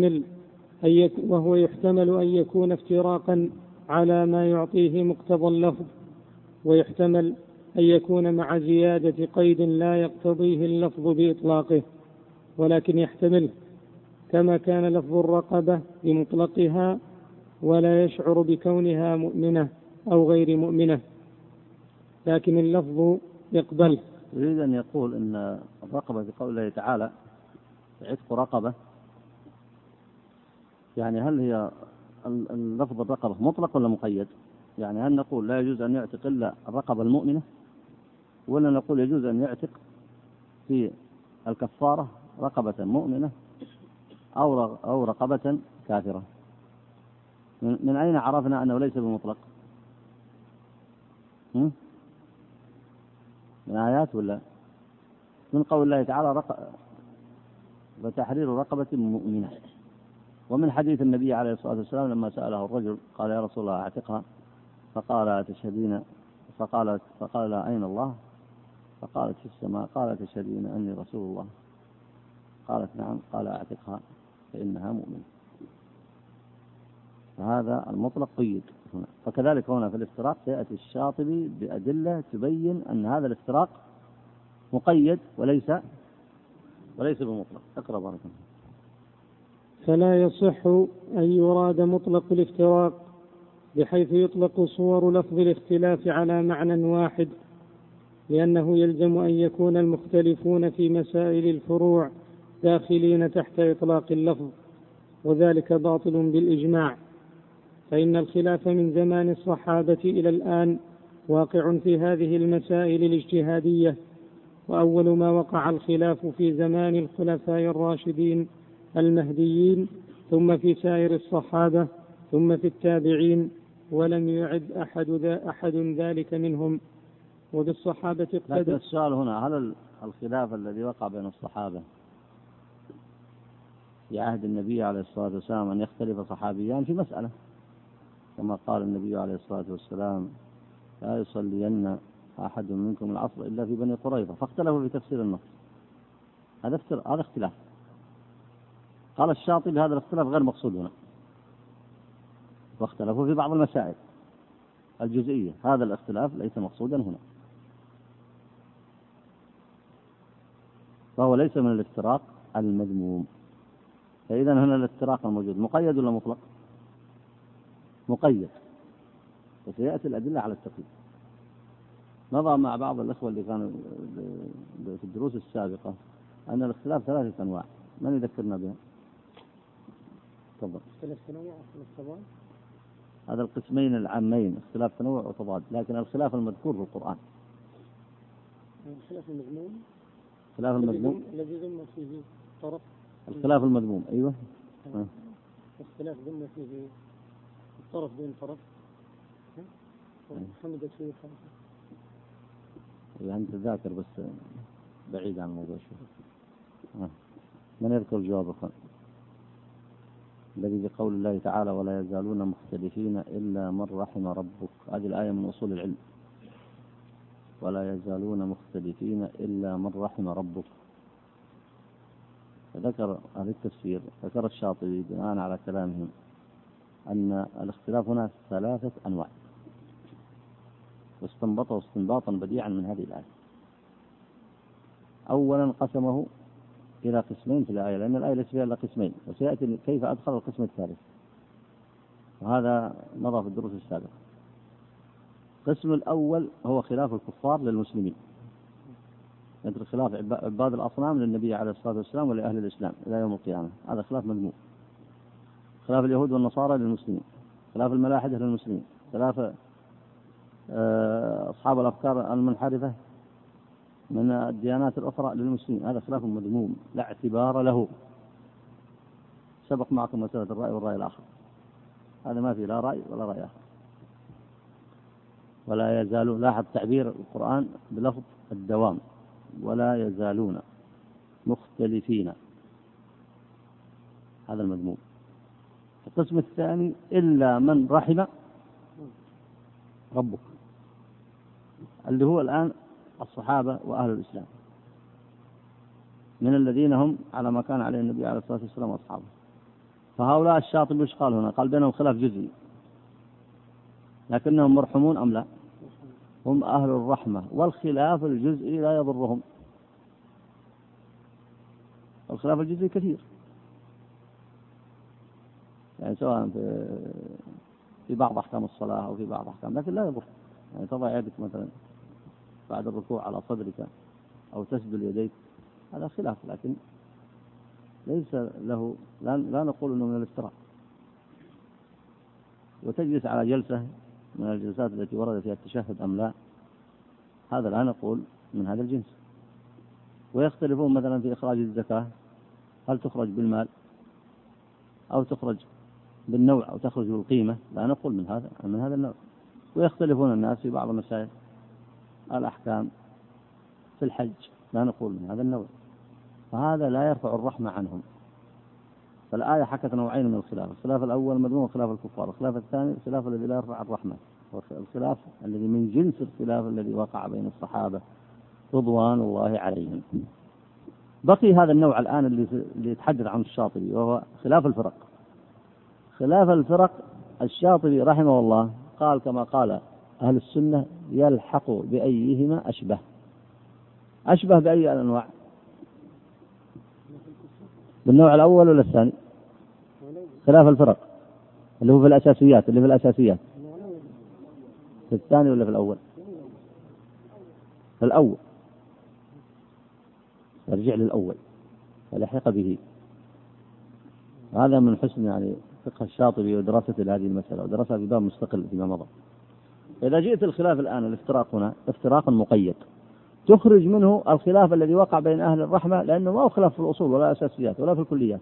يحتمل أن يكون افتراقا على ما يعطيه مقتضى اللفظ، ويحتمل أن يكون مع زيادة قيد لا يقتضيه اللفظ بإطلاقه، ولكن يحتمل، كما كان لفظ الرقبة بمطلقها ولا يشعر بكونها مؤمنة أو غير مؤمنة، لكن اللفظ يقبل. يريد أن يقول أن الرقبة في قول الله تعالى عتق رقبة، يعني هل هي اللفظ الرقبة مطلق ولا مقيد؟ يعني هل نقول لا يجوز أن يعتق إلا الرقبة المؤمنة، ولا نقول يجوز أن يعتق في الكفارة رقبة مؤمنة أو رقبة كافرة؟ من أين عرفنا أنه ليس بمطلق؟ من آيات ولا من قول الله تعالى وتحرير رقبة مؤمنة، ومن حديث النبي عليه الصلاة والسلام لما سأله الرجل قال: يا رسول الله أعتقها، فقال: تشهدين؟ فقال لها: أين الله؟ فقالت: في السماء. قال: تشهدين أني رسول الله؟ قالت: نعم. قال: أعتقها فإنها مؤمنة. فهذا المطلق قيد هنا. فكذلك هنا في الافتراق سيأتي الشاطبي بأدلة تبين أن هذا الافتراق مقيد وليس بمطلق. اقرأ بارك الله. فلا يصح أن يراد مطلق الافتراق بحيث يطلق صور لفظ الاختلاف على معنى واحد، لأنه يلزم أن يكون المختلفون في مسائل الفروع داخلين تحت إطلاق اللفظ، وذلك باطل بالإجماع، فإن الخلاف من زمان الصحابة إلى الآن واقع في هذه المسائل الاجتهادية، وأول ما وقع الخلاف في زمان الخلفاء الراشدين المهديين، ثم في سائر الصحابة، ثم في التابعين، ولم يعد أحد ذلك منهم. وبالصحابة لكن السؤال هنا، هل الخلاف الذي وقع بين الصحابة في عهد النبي عليه الصلاة والسلام أن يختلف صحابيان في مسألة، كما قال النبي عليه الصلاة والسلام: لا يصلين أحد منكم العصر إلا في بني قريظة، فاختلفوا في تفسير النص. هذا اختلاف. قال الشاطبي: هذا الاختلاف غير مقصود هنا، واختلفوا في بعض المسائل الجزئية، هذا الاختلاف ليس مقصودا هنا، فهو ليس من الافتراق المذموم. فإذا هنا الافتراق الموجود مقيد ولا مطلق؟ مقيد، وسيأتي الأدلة على التقييد. نظر مع بعض الأخوة اللي كانوا في الدروس السابقة أن الاختلاف 3 أنواع، من يذكرنا بها؟ تفضل. اختلاف تنوع واختلاف. هذا القسمين العامين، اختلاف تنوع وتضاد، لكن الخلاف المذكور في القرآن الخلاف المذموم، خلاف المذموم الذي ذم فيه طرف، الخلاف المذموم. أيوة. اختلاف ذم فيه الطرف بين طرف، حمدت فيه خمسة. إذا أنت ذاكر بس بعيد عن الموضوع شوي. من يذكر الجواب أخوان؟ الذي بقول الله تعالى: ولا يزالون مختلفين إلا من رحم ربك. هذه الآية من أصول العلم، ولا يزالون مختلفين إلا من رحم ربك. فذكر أهل التفسير، ذكر الشاطبي بناء على كلامهم أن الاختلاف هنا 3 أنواع، واستنبطه استنباطا بديعا من هذه الآية. أولا قسمه إلى قسمين في الآية، لأن الآية ليس فيها إلا قسمين، وسيأتي كيف أدخل القسم الثالث، وهذا مضى في الدروس السابقة. القسم الأول هو خلاف الكفار للمسلمين، مثل خلاف عباد الأصنام للنبي عليه الصلاة والسلام ولأهل الإسلام إلى يوم القيامة، هذا خلاف مذموم. خلاف اليهود والنصارى للمسلمين، خلاف الملاحدة للمسلمين، خلاف أصحاب الأفكار المنحرفة من الديانات الأخرى للمسلمين، هذا خلاف مذموم لا اعتبار له. سبق معكم مسألة الرأي والرأي الآخر، هذا ما فيه لا رأي ولا رأي آخر. ولا يزالون، لاحظ تعبير القرآن بلفظ الدوام، ولا يزالون مختلفين، هذا المذموم. القسم الثاني إلا من رحم ربك، اللي هو الآن الصحابة وأهل الإسلام، من الذين هم على ما كان عليه النبي عليه الصلاة والسلام وأصحابه. فهؤلاء الشاطبي وش قال هنا؟ قال بينهم خلاف جزئي، لكنهم مرحمون أم لا؟ هم أهل الرحمة، والخلاف الجزئي لا يضرهم. الخلاف الجزئي كثير، يعني سواء في بعض أحكام الصلاة أو في بعض أحكام، لكن لا يضر. يعني تضع يدك مثلا بعد الركوع على صدرك أو تسدل يديك، هذا خلاف، لكن ليس له، لا نقول أنه من الافتراء. وتجلس على جلسة من الجلسات التي ورد فيها التشهد أم لا، هذا لا نقول من هذا الجنس. ويختلفون مثلا في إخراج الزكاة، هل تخرج بالمال أو تخرج بالنوع أو تخرج بالقيمة، لا نقول من هذا النوع. ويختلفون الناس في بعض مسائل الأحكام في الحج، لا نقول من هذا النوع، فهذا لا يرفع الرحمة عنهم. فالآية حكت نوعين من الخلاف: الخلاف الأول مذموم خلاف الكفار، الخلاف الثاني الخلاف الذي لا يرفع الرحمة، والخلاف الذي من جنس الخلاف الذي وقع بين الصحابة رضوان الله عليهم. بقي هذا النوع الآن اللي يتحدث عن الشاطبي، وهو خلاف الفرق. خلاف الفرق الشاطبي رحمه الله قال كما قال أهل السنة: يلحق بأيهما أشبه بأي الأنواع؟ بالنوع الأول ولا الثاني؟ خلاف الفرق اللي هو في الأساسيات، في الثاني ولا في الأول؟ في الأول، يرجع للأول فلحق به. هذا من حسن يعني فقه الشاطبي ودراسة هذه المسألة، ودراسة في باب مستقل فيما مضى. إذا جئت الخلاف الآن الافتراق هنا افتراق مقيد، تخرج منه الخلاف الذي وقع بين أهل الرحمة، لأنه ما هو خلاف في الأصول ولا أساسيات ولا في الكليات،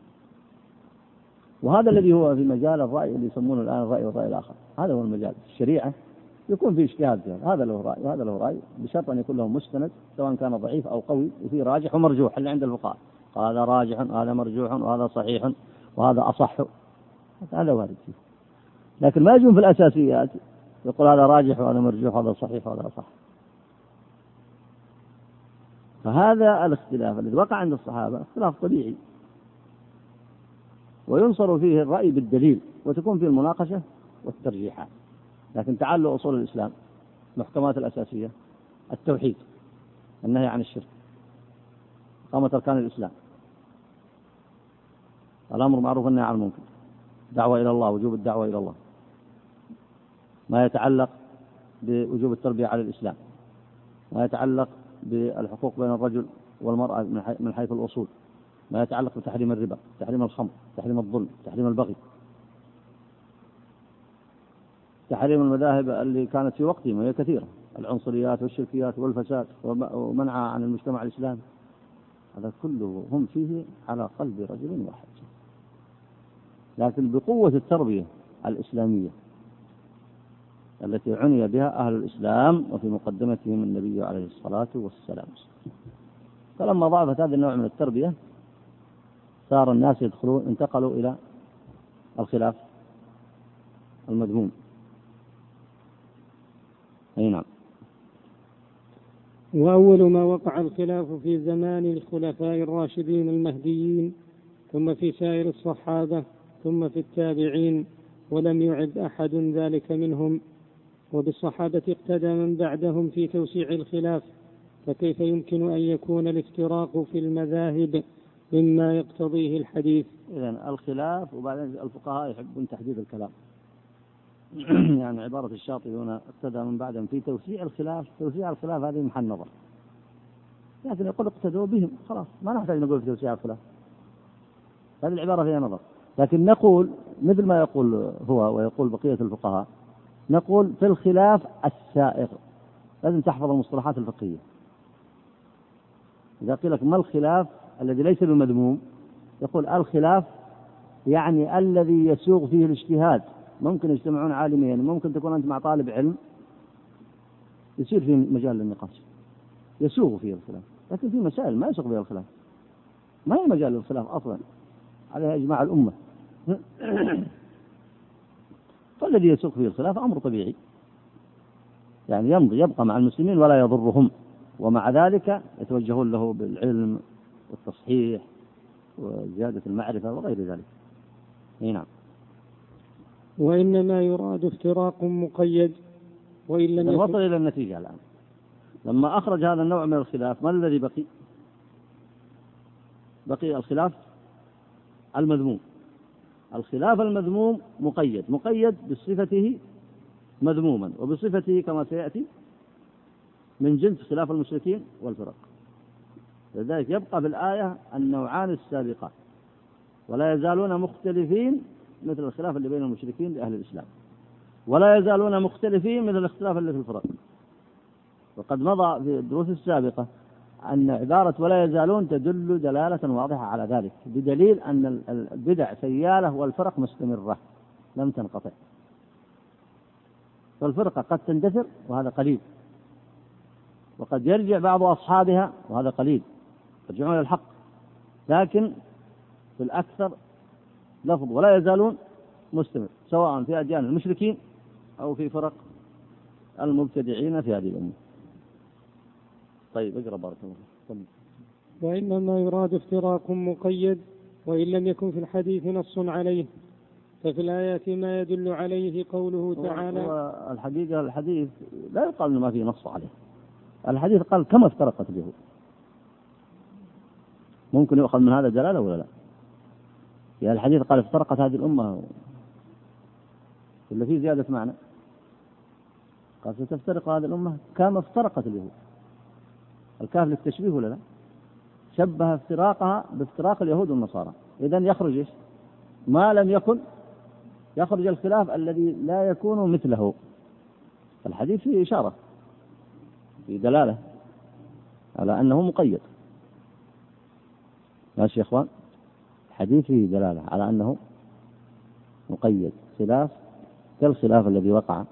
وهذا الذي هو في مجال الرأي اللي يسمونه الآن الرأي والرأي الآخر. هذا هو المجال في الشريعة يكون فيه اجتهاد فيها، هذا له رأي وهذا له رأي، بشرط أن يكون له مستند سواء كان ضعيف أو قوي، وفيه راجح ومرجوح اللي عند الفقهاء، هذا راجح وهذا مرجوح وهذا صحيح وهذا أصح، هذا وارد فيه. لكن ما يجون في الأساسيات يقول هذا راجح وهذا مرجوح وهذا صحيح وهذا أصح. فهذا الاختلاف الذي وقع عند الصحابة اختلاف طبيعي، وينصر فيه الرأي بالدليل، وتكون فيه المناقشة والترجيحات. لكن تعالوا أصول الإسلام، محكمات الأساسية، التوحيد، النهي عن الشرك، إقامة أركان الإسلام، الأمر معروف والنهي عن المنكر، دعوة إلى الله، وجوب الدعوة إلى الله، ما يتعلق بوجوب التربية على الإسلام، ما يتعلق بالحقوق بين الرجل والمرأة من حيث الأصول، ما يتعلق بتحريم الربا، تحريم الخمر، تحريم الظلم، تحريم البغي، تحريم المذاهب اللي كانت في وقتهم وهي كثيرة، العنصريات والشركيات والفساد ومنعها عن المجتمع الإسلامي، هذا كله هم فيه على قلب رجل واحد. لكن بقوة التربية الإسلامية التي عني بها أهل الإسلام وفي مقدمتهم النبي عليه الصلاة والسلام، فلما ضعفت هذا النوع من التربية صار الناس انتقلوا إلى الخلاف المذموم. أي نعم. وأول ما وقع الخلاف في زمان الخلفاء الراشدين المهديين، ثم في سائر الصحابة، ثم في التابعين، ولم يعد أحد ذلك منهم، وبالصحابة اقتدى من بعدهم في توسيع الخلاف، فكيف يمكن أن يكون الافتراق في المذاهب مما يقتضيه الحديث؟ إذن الخلاف، وبعدين الفقهاء يحبون تحديد الكلام يعني عبارة الشاطبي هنا اقتدى من بعدهم في توسيع الخلاف. توسيع الخلاف هذه محل نظر، لكن يقول اقتدوا بهم خلاص، ما نحتاج نقول في توسيع الخلاف، هذه العبارة فيها نظر. لكن نقول مثل ما يقول هو ويقول بقية الفقهاء، نقول في الخلاف السائغ، لازم تحفظ المصطلحات الفقهية. إذا قيل لك ما الخلاف الذي ليس بمذموم، يقول الخلاف يعني الذي يسوغ فيه الاجتهاد، ممكن يجتمعون عالمين، ممكن تكون أنت مع طالب علم يصير في مجال للنقاش يسوغ فيه الخلاف، لكن في مسائل ما يسوغ فيها الخلاف، ما هي مجال للخلاف أصلا، عليها إجماع الأمة فالذي يسوغ فيه الخلاف أمر طبيعي، يعني يبقى مع المسلمين ولا يضرهم، ومع ذلك يتوجهون له بالعلم والتصحيح وزيادة المعرفة وغير ذلك. نعم. وإنما يراد افتراق مقيد، وإن لم يكن. وصل إلى النتيجة الآن لما أخرج هذا النوع من الخلاف، ما الذي بقي؟ بقي الخلاف المذموم. الخلاف المذموم مقيد بصفته مذموما، وبصفته كما سيأتي من جنس خلاف المشركين والفرق. لذلك يبقى في الآية النوعان السابقان، ولا يزالون مختلفين مثل الخلاف اللي بين المشركين لأهل الإسلام، ولا يزالون مختلفين مثل الاختلاف اللي في الفرق. وقد مضى في الدروس السابقة أن عبارة ولا يزالون تدل دلالة واضحة على ذلك، بدليل أن البدع سيالة والفرق مستمرة لم تنقطع. فالفرقة قد تندثر وهذا قليل، وقد يرجع بعض أصحابها وهذا قليل، يرجعون إلى الحق، لكن في الأكثر لفظ ولا يزالون مستمر، سواء في أديان المشركين أو في فرق المبتدعين في هذه الأمة. طيب اقرأ بارك الله فيك. وإنما يراد افتراق مقيد، وإن لم يكن في الحديث نص عليه، ففي الآيات ما يدل عليه قوله تعالى. الحقيقة الحديث لا يقال إنه ما فيه نص عليه، الحديث قال كما افترقت اليهود، ممكن يؤخذ من هذا دلالة ولا لا؟ يعني الحديث قال افترقت هذه الأمة ولا فيه زيادة معنى؟ قال ستفترق هذه الأمة كما افترقت اليهود. الكاف للتشبيه ولا لا؟ شبه افتراقها بافتراق اليهود والنصارى. إذن يخرج إيش؟ ما لم يكن يخرج الخلاف الذي لا يكون مثله. الحديث فيه إشارة، في دلالة على أنه مقيد. ماشي يا إخوان؟ الحديث فيه دلالة على أنه مقيد، خلاف كالخلاف الذي وقع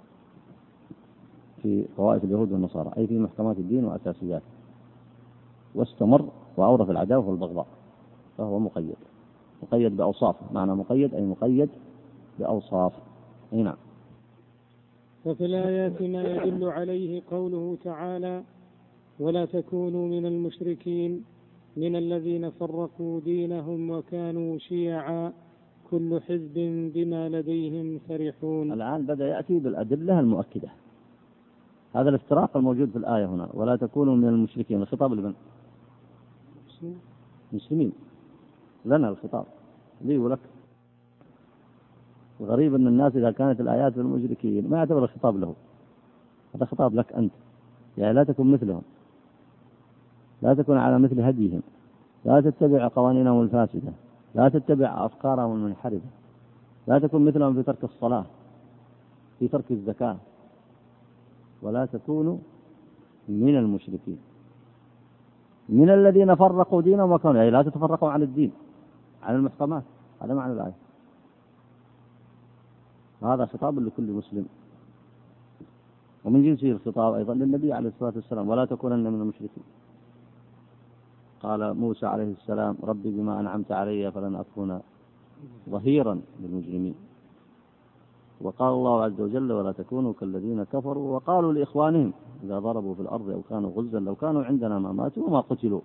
في طوائف اليهود والنصارى، أي في محكمات الدين وأساسياته، واستمر وأورث العداوة والبغضاء، فهو مقيد بأوصاف. معنى مقيد أي مقيد بأوصاف. نعم. وفي الآيات ما يدل عليه قوله تعالى: ولا تكونوا من المشركين من الذين فرقوا دينهم وكانوا شيعا كل حزب بما لديهم فرحون. الآن بدأ يأتي بالأدلة المؤكدة. هذا الافتراق الموجود في الآية هنا، ولا تكونوا من المشركين، الخطاب لمن؟ مسلمين. لنا الخطاب، لي ولك. الغريب أن الناس إذا كانت الآيات للمشركين ما يعتبر الخطاب له، هذا خطاب لك أنت. يعني لا تكن مثلهم، لا تكن على مثل هديهم، لا تتبع قوانينهم الفاسدة، لا تتبع أفكارهم المنحرفة، لا تكن مثلهم في ترك الصلاة، في ترك الزكاة. ولا تكونوا من المشركين من الذين فرقوا دينهم وكانوا، يعني لا تتفرقوا عن الدين، عن المحكمات. هذا معنى الآية. هذا خطاب لكل مسلم، ومن جنسه الخطاب أيضا للنبي عليه الصلاة والسلام: ولا تكونن من المشركين. قال موسى عليه السلام: ربي بما أنعمت علي فلن أكون ظهيرا للمجرمين. وقال الله عز وجل: ولا تكونوا كالذين كفروا وقالوا لإخوانهم إذا ضربوا في الأرض أو كانوا غزا لو كانوا عندنا ما ماتوا وما قتلوا.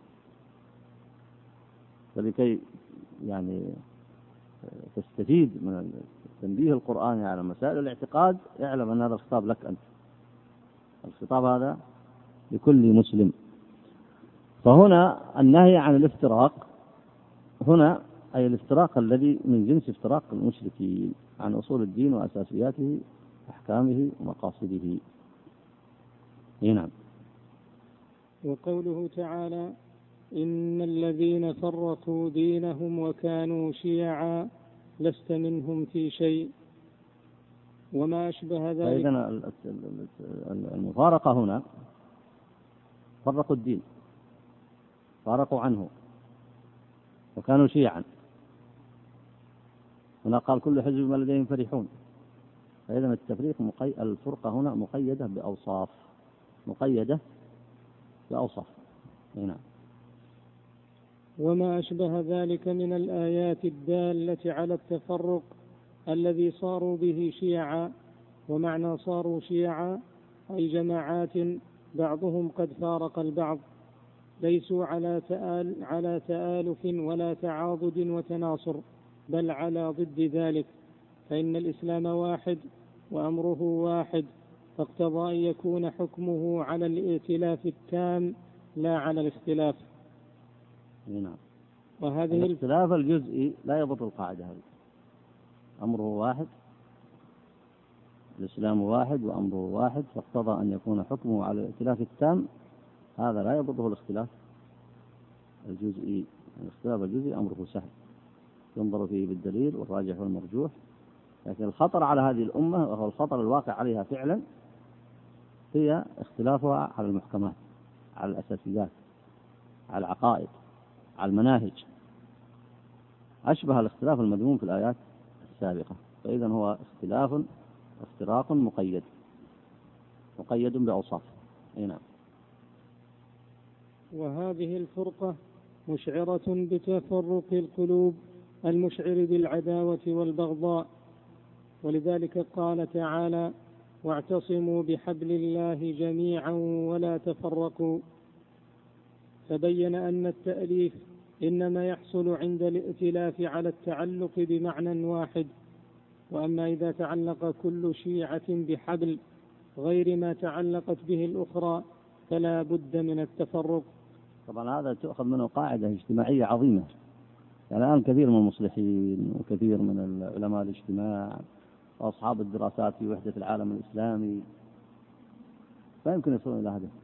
فلكي يعني تستفيد من التنبيه القرآني على مسائل الاعتقاد، اعلم أن هذا الخطاب لك أنت، الخطاب هذا لكل مسلم. فهنا النهي عن الافتراق هنا أي الافتراق الذي من جنس افتراق المشركين عن أصول الدين وأساسياته، أحكامه ومقاصده. نعم. وقوله تعالى: إن الذين فرقوا دينهم وكانوا شيعا لست منهم في شيء وما أشبه ذلك. فإذن المفارقة هنا فرقوا الدين، فارقوا عنه وكانوا شيعا. هنا قال كل حزب بما لديهم فرحون. فإذن التفريق الفرقة هنا مقيدة بأوصاف، مقيدة بأوصاف. نعم. وما أشبه ذلك من الآيات الدالة على التفرق الذي صاروا به شيعا. ومعنى صاروا شيعا أي جماعات بعضهم قد فارق البعض، ليسوا على تآلف ولا تعاضد وتناصر، بل على ضد ذلك. فإن الإسلام واحد وأمره واحد، فاقتضى أن يكون حكمه على الائتلاف التام لا على الاختلاف. نعم. وهذه الاختلاف الجزئي لا يضر القاعدة هذه. أمره واحد، الإسلام واحد وأمره واحد، فاقتضى أن يكون حكمه على الائتلاف التام، هذا لا يضره الاختلاف الجزئي. الاختلاف الجزئي أمره سهل، ينظر فيه بالدليل والراجح والمرجوح. لكن الخطر على هذه الأمة، وهو الخطر الواقع عليها فعلا، هي اختلافها على المحكمات، على الأساسيات، على العقائد، على المناهج، أشبه الاختلاف المذموم في الآيات السابقة. فإذا هو افتراق مقيد بأوصاف. نعم. وهذه الفرقة مشعرة بتفرق القلوب المشعر بالعداوة والبغضاء. ولذلك قال تعالى: واعتصموا بحبل الله جميعا ولا تفرقوا. فبين أن التأليف إنما يحصل عند الائتلاف على التعلق بمعنى واحد. وأما إذا تعلق كل شيعة بحبل غير ما تعلقت به الأخرى فلا بد من التفرق. طبعا هذا تؤخذ منه قاعدة اجتماعية عظيمة. يعني الآن كثير من المصلحين وكثير من علماء الاجتماع وأصحاب الدراسات في وحدة العالم الإسلامي لا يمكن يصلون إلى هدف،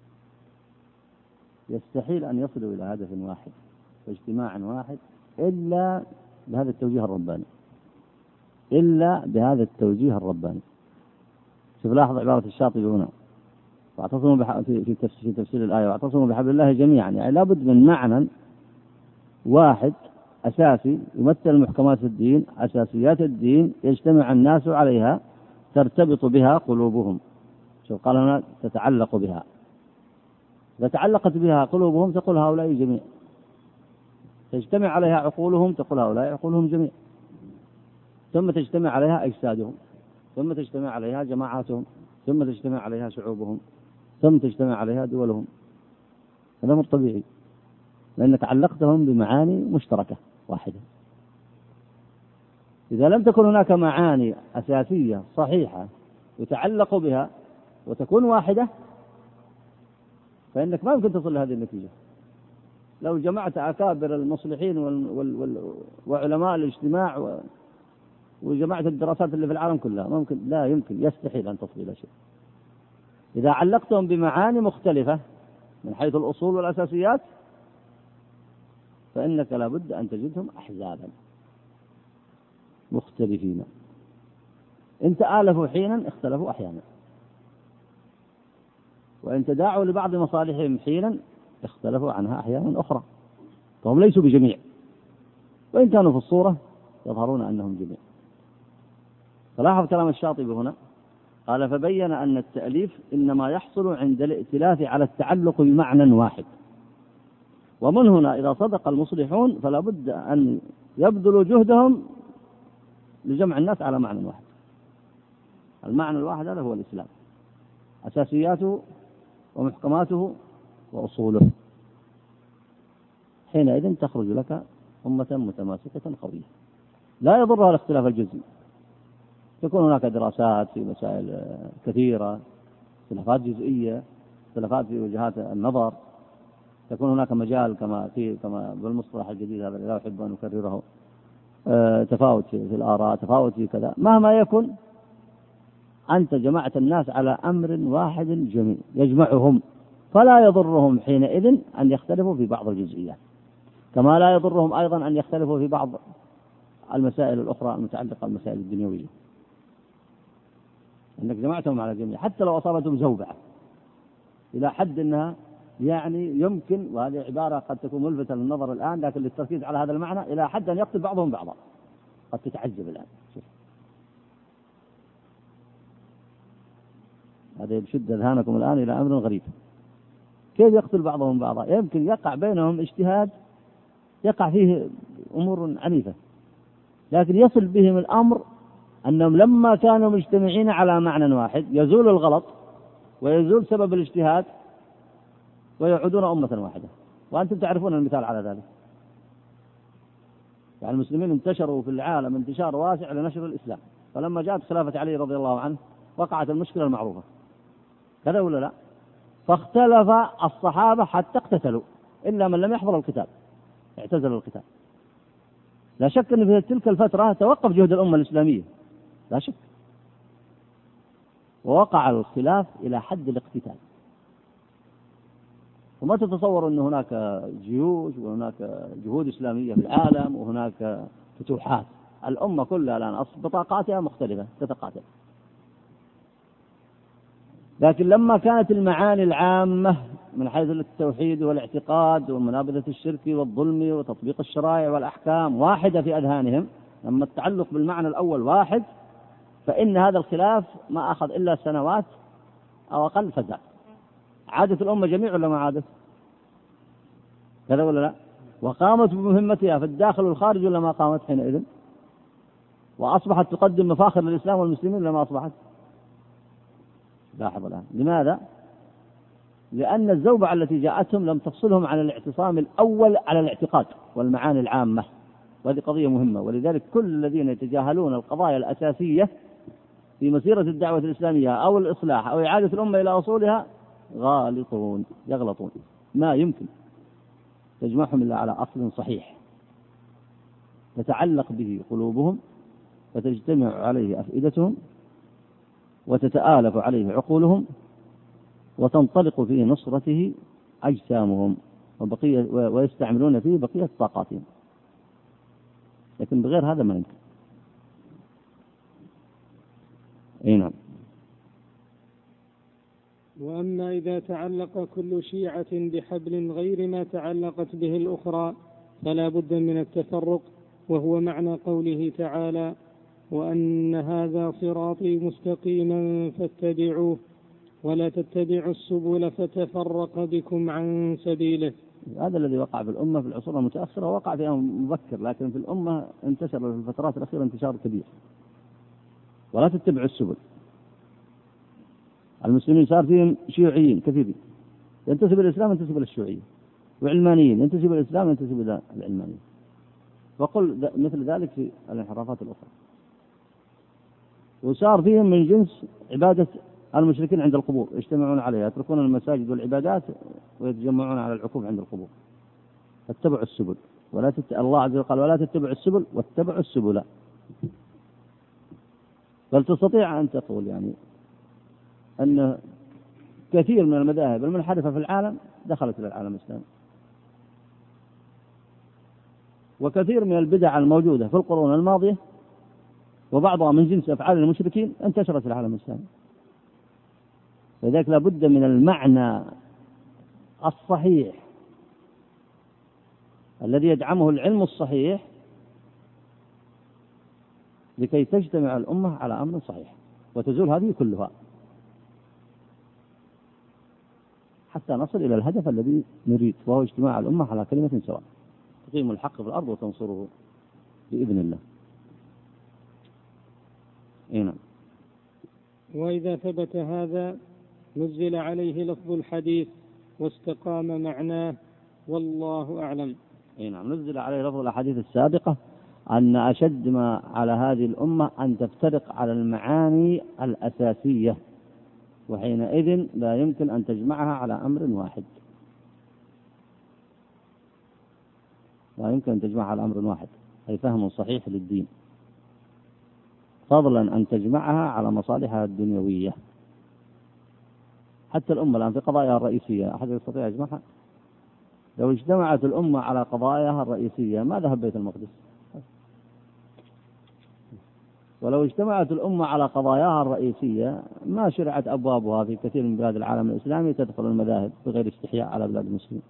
يستحيل أن يصلوا إلى هدف واحد واجتماع واحد إلا بهذا التوجيه الرباني، إلا بهذا التوجيه الرباني. شوف لاحظ عبارة الشاطبي هنا، واعتصموا في تفسير الآية واعتصموا بحبل الله جميعا، يعني لابد من معنى واحد أساسي يمثل محكمات الدين، أساسيات الدين يجتمع الناس عليها، ترتبط بها قلوبهم. شوف قال هنا تتعلق بها، إذا تعلقت بها قلوبهم تقول هؤلاء جميع، تجتمع عليها عقولهم تقول هؤلاء عقولهم جميع، ثم تجتمع عليها أجسادهم، ثم تجتمع عليها جماعاتهم، ثم تجتمع عليها شعوبهم، ثم تجتمع عليها دولهم. هذا أمر طبيعي، لأنك علقتهم بمعاني مشتركة واحدة. إذا لم تكن هناك معاني أساسية صحيحة يتعلق بها وتكون واحدة، فإنك ما يمكن تصل لهذه النتيجة. لو جمعت أكابر المصلحين وعلماء الاجتماع وجمعت الدراسات اللي في العالم كلها، ممكن؟ لا يمكن، يستحيل أن تصل إلى شيء. إذا علقتهم بمعاني مختلفة من حيث الأصول والأساسيات فإنك لابد أن تجدهم أحزابا مختلفين، إن تآلفوا حينا اختلفوا أحيانا، وإن تداعوا لبعض مصالحهم حينا اختلفوا عنها أحيانا أخرى، فهم ليسوا بجميع، وإن كانوا في الصورة يظهرون أنهم جميع. فلاحظ كلام الشاطبي هنا، قال فبين أن التأليف إنما يحصل عند الائتلاف على التعلق بمعنى واحد، ومن هنا إذا صدق المصلحون فلا بد أن يبذلوا جهدهم لجمع الناس على معنى واحد. المعنى الواحد هذا هو الإسلام، أساسياته ومحكماته وأصوله، حينئذ تخرج لك أمة متماسكة قوية لا يضرها الاختلاف الجزئي. تكون هناك دراسات في مسائل كثيرة، اختلافات جزئية، اختلافات في وجهات النظر، تكون هناك مجال كما بالمصطلح الجديد هذا لا أحب أن أكرره، تفاوت في الآراء، تفاوت في كذا، مهما يكن أنت جمعت الناس على أمر واحد جميع يجمعهم، فلا يضرهم حينئذ أن يختلفوا في بعض الجزئيات، كما لا يضرهم أيضا أن يختلفوا في بعض المسائل الأخرى المتعلقة بالمسائل الدنيوية، أنك جمعتهم على جميع حتى لو أصابتهم زوبعة إلى حد أنها يعني يمكن، وهذه عبارة قد تكون ملفتة للنظر الآن لكن للتركيز على هذا المعنى، إلى حد أن يقتل بعضهم بعضا. قد تتعجب الآن، شوف هذا يشد أذهانكم الآن إلى أمر غريب، كيف يقتل بعضهم بعضا؟ يمكن يقع بينهم اجتهاد يقع فيه أمور عنيفة، لكن يصل بهم الأمر أنهم لما كانوا مجتمعين على معنى واحد يزول الغلط ويزول سبب الاجتهاد ويعودون أمة واحدة. وأنتم تعرفون المثال على ذلك، يعني المسلمين انتشروا في العالم انتشار واسع لنشر الإسلام، فلما جاءت خلافة علي رضي الله عنه وقعت المشكلة المعروفة، كذا ولا لا؟ فاختلف الصحابة حتى اقتتلوا، إلا من لم يحضر القتال اعتزل القتال. لا شك أن في تلك الفترة توقف جهد الأمة الإسلامية، لا شك، ووقع الخلاف إلى حد الاقتتال. وما تتصور أن هناك جيوش وهناك جهود إسلامية في العالم وهناك فتوحات، الأمة كلها الآن بطاقاتها مختلفة تتقاتل، لكن لما كانت المعاني العامة من حيث التوحيد والاعتقاد ومنابذة الشرك والظلم وتطبيق الشرائع والأحكام واحدة في أذهانهم، لما التعلق بالمعنى الأول واحد، فإن هذا الخلاف ما أخذ إلا سنوات أو أقل فزاد. عادت الأمة جميع ولا ما عادت؟ كذا ولا لا؟ وقامت بمهمتها في الداخل والخارج ولا ما قامت حينئذ؟ وأصبحت تقدم مفاخر للإسلام والمسلمين ولا ما أصبحت؟ لاحظ الآن، لماذا؟ لأن الزوبعة التي جاءتهم لم تفصلهم عن الاعتصام الأول على الاعتقاد والمعاني العامة، وهذه قضية مهمة. ولذلك كل الذين يتجاهلون القضايا الأساسية في مسيرة الدعوة الإسلامية أو الإصلاح أو إعادة الأمة إلى أصولها غالطون، يغلطون، ما يمكن تجمعهم إلا على أصل صحيح تتعلق به قلوبهم وتجتمع عليه أفئدتهم وتتآلف عليه عقولهم، وتنطلق في نصرته أجسامهم ويستعملون فيه بقية طاقاتهم، لكن بغير هذا ما يمكن. نعم. وأما إذا تعلق كل شيعة بحبل غير ما تعلقت به الأخرى فلا بد من التفرق، وهو معنى قوله تعالى: وأن هذا صراطي مستقيما فاتبعوه ولا تتبعوا السبل فتفرق بكم عن سبيله. هذا الذي وقع في الأمة في العصور المتأخرة، وقع فيها مبكر، لكن في الأمة انتشر في الفترات الأخيرة انتشار كبير. ولا تتبعوا السبل. المسلمين صار فيهم شيوعيين كثيرين، ينتسب الإسلام ينتسب للشيوعية، وعلمانيين ينتسب الإسلام ينتسب إلى العلمانية، وقل مثل ذلك في الانحرافات الأخرى. وصار فيهم من جنس عبادة المشركين عند القبور، يجتمعون عليها، يتركون المساجد والعبادات ويتجمعون على العكوف عند القبور. فاتبعوا السبل الله عز وجل قال: ولا تتبعوا السبل واتبعوا السبل. بل تستطيع أن تقول يعني أن كثير من المذاهب المنحرفة في العالم دخلت إلى العالم الإسلامي، وكثير من البدع الموجودة في القرون الماضية وبعضها من جنس أفعال المشركين انتشرت في العالم الإسلامي. لذلك لابد من المعنى الصحيح الذي يدعمه العلم الصحيح لكي تجتمع الأمة على أمر صحيح وتزول هذه كلها حتى نصل إلى الهدف الذي نريد، وهو اجتماع الأمة على كلمة سواء تقيم الحق في الأرض وتنصره بإذن الله. نعم. وإذا ثبت هذا نزل عليه لفظ الحديث واستقام معناه، والله أعلم. نعم. نزل عليه لفظ الأحاديث السابقة أن أشد ما على هذه الأمة أن تفترق على المعاني الأساسية، وحينئذ لا يمكن أن تجمعها على أمر واحد، لا يمكن أن تجمعها على أمر واحد، أي فهم صحيح للدين، فضلا أن تجمعها على مصالحها الدنيوية. حتى الأمة الآن في قضاياها الرئيسية أحد يستطيع يجمعها؟ لو اجتمعت الأمة على قضاياها الرئيسية ما ذهب بيت المقدس، ولو اجتمعت الأمة على قضاياها الرئيسية ما شرعت أبوابها في كثير من بلاد العالم الإسلامي تدخل المذاهب بغير استحياء على بلاد المسلمين.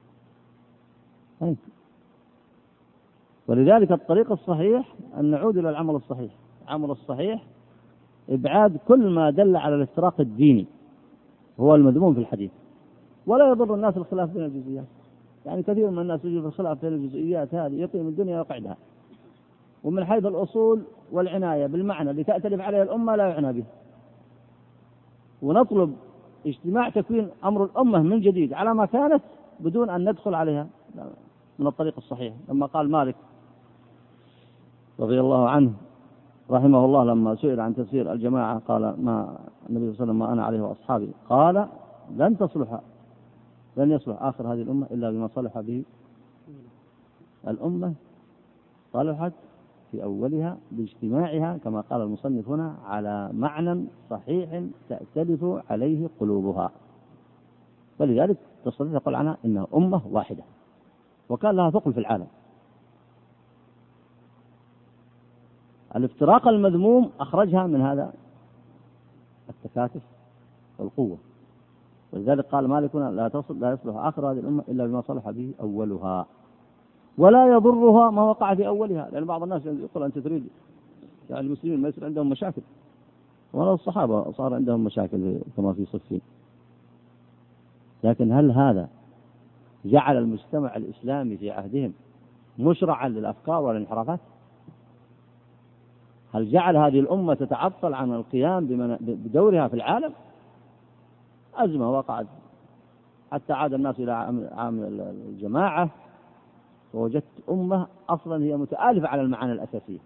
ولذلك الطريق الصحيح أن نعود إلى العمل الصحيح. العمل الصحيح إبعاد كل ما دل على الافتراق الديني هو المذموم في الحديث، ولا يضر الناس الخلاف بين الجزئيات. يعني كثير من الناس يجي في الخلاف بين الجزئيات هذه يقيم الدنيا ويقعدها، ومن حيث الأصول والعناية بالمعنى اللي تأتلف عليه الأمة لا يعنى به. ونطلب اجتماع تكوين أمر الأمة من جديد على ما كانت بدون أن ندخل عليها من الطريق الصحيح. لما قال مالك رضي الله عنه رحمه الله لما سئل عن تفسير الجماعة قال ما النبي صلى الله عليه وسلم ما أنا عليه وأصحابي، قال لن يصلح آخر هذه الأمة إلا بما صلح به الأمة. صلحت في أولها باجتماعها كما قال المصنف هنا على معنى صحيح تأتلف عليه قلوبها، فلذلك تستطيع تقول عنها إنها أمة واحدة، وكان لها ثقل في العالم. الافتراق المذموم أخرجها من هذا التكاتف والقوة، ولذلك قال مالك لا يصلح آخر هذه الأمة إلا بما صلح به أولها، ولا يضرها ما وقع في أولها. لأن بعض الناس يقول أنت تريد يعني المسلمين ما يصير عندهم مشاكل، ولا الصحابة صار عندهم مشاكل كما في صفين. لكن هل هذا جعل المجتمع الإسلامي في عهدهم مشرعا للأفكار والانحرافات؟ هل جعل هذه الأمة تتعطل عن القيام بدورها في العالم؟ أزمة وقعت حتى عاد الناس إلى عام الجماعة، ووجدت أمة أصلا هي متآلفة على المعاني الأساسية،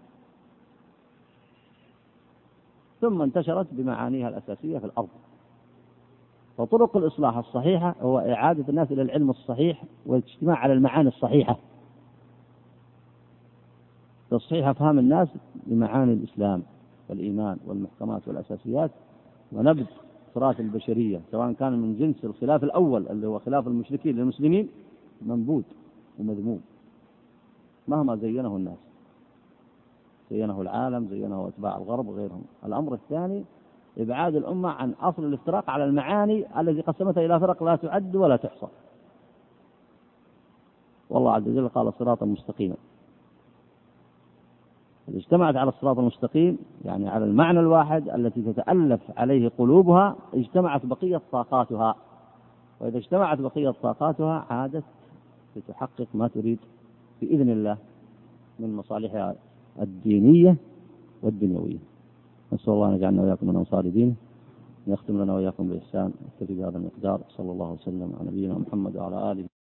ثم انتشرت بمعانيها الأساسية في الأرض. وطرق الإصلاح الصحيحة هو إعادة الناس إلى العلم الصحيح والاجتماع على المعاني الصحيحة، تصحيح أفهام الناس بمعاني الإسلام والإيمان والمحكمات والأساسيات، ونبذ تراث البشرية، سواء كان من جنس الخلاف الأول اللي هو خلاف المشركين للمسلمين، منبوذ ومذموم مهما زينه الناس، زينه العالم، زينه أتباع الغرب وغيرهم. الأمر الثاني إبعاد الأمة عن أصل الافتراق على المعاني التي قسمتها إلى فرق لا تعد ولا تحصى. والله عز وجل قال صراطا مستقيما، إذا اجتمعت على الصراط المستقيم يعني على المعنى الواحد التي تتألف عليه قلوبها، اجتمعت بقية طاقاتها، وإذا اجتمعت بقية طاقاتها عادت لتحقق ما تريد بإذن الله من مصالحها الدينية والدنيوية. نسأل الله أن يجعلنا وإياكم من أنصار دينه، ويختم لنا وإياكم بإحسان. نكتفي بهذا المقدار. صلى الله وسلم على نبينا محمد وعلى آله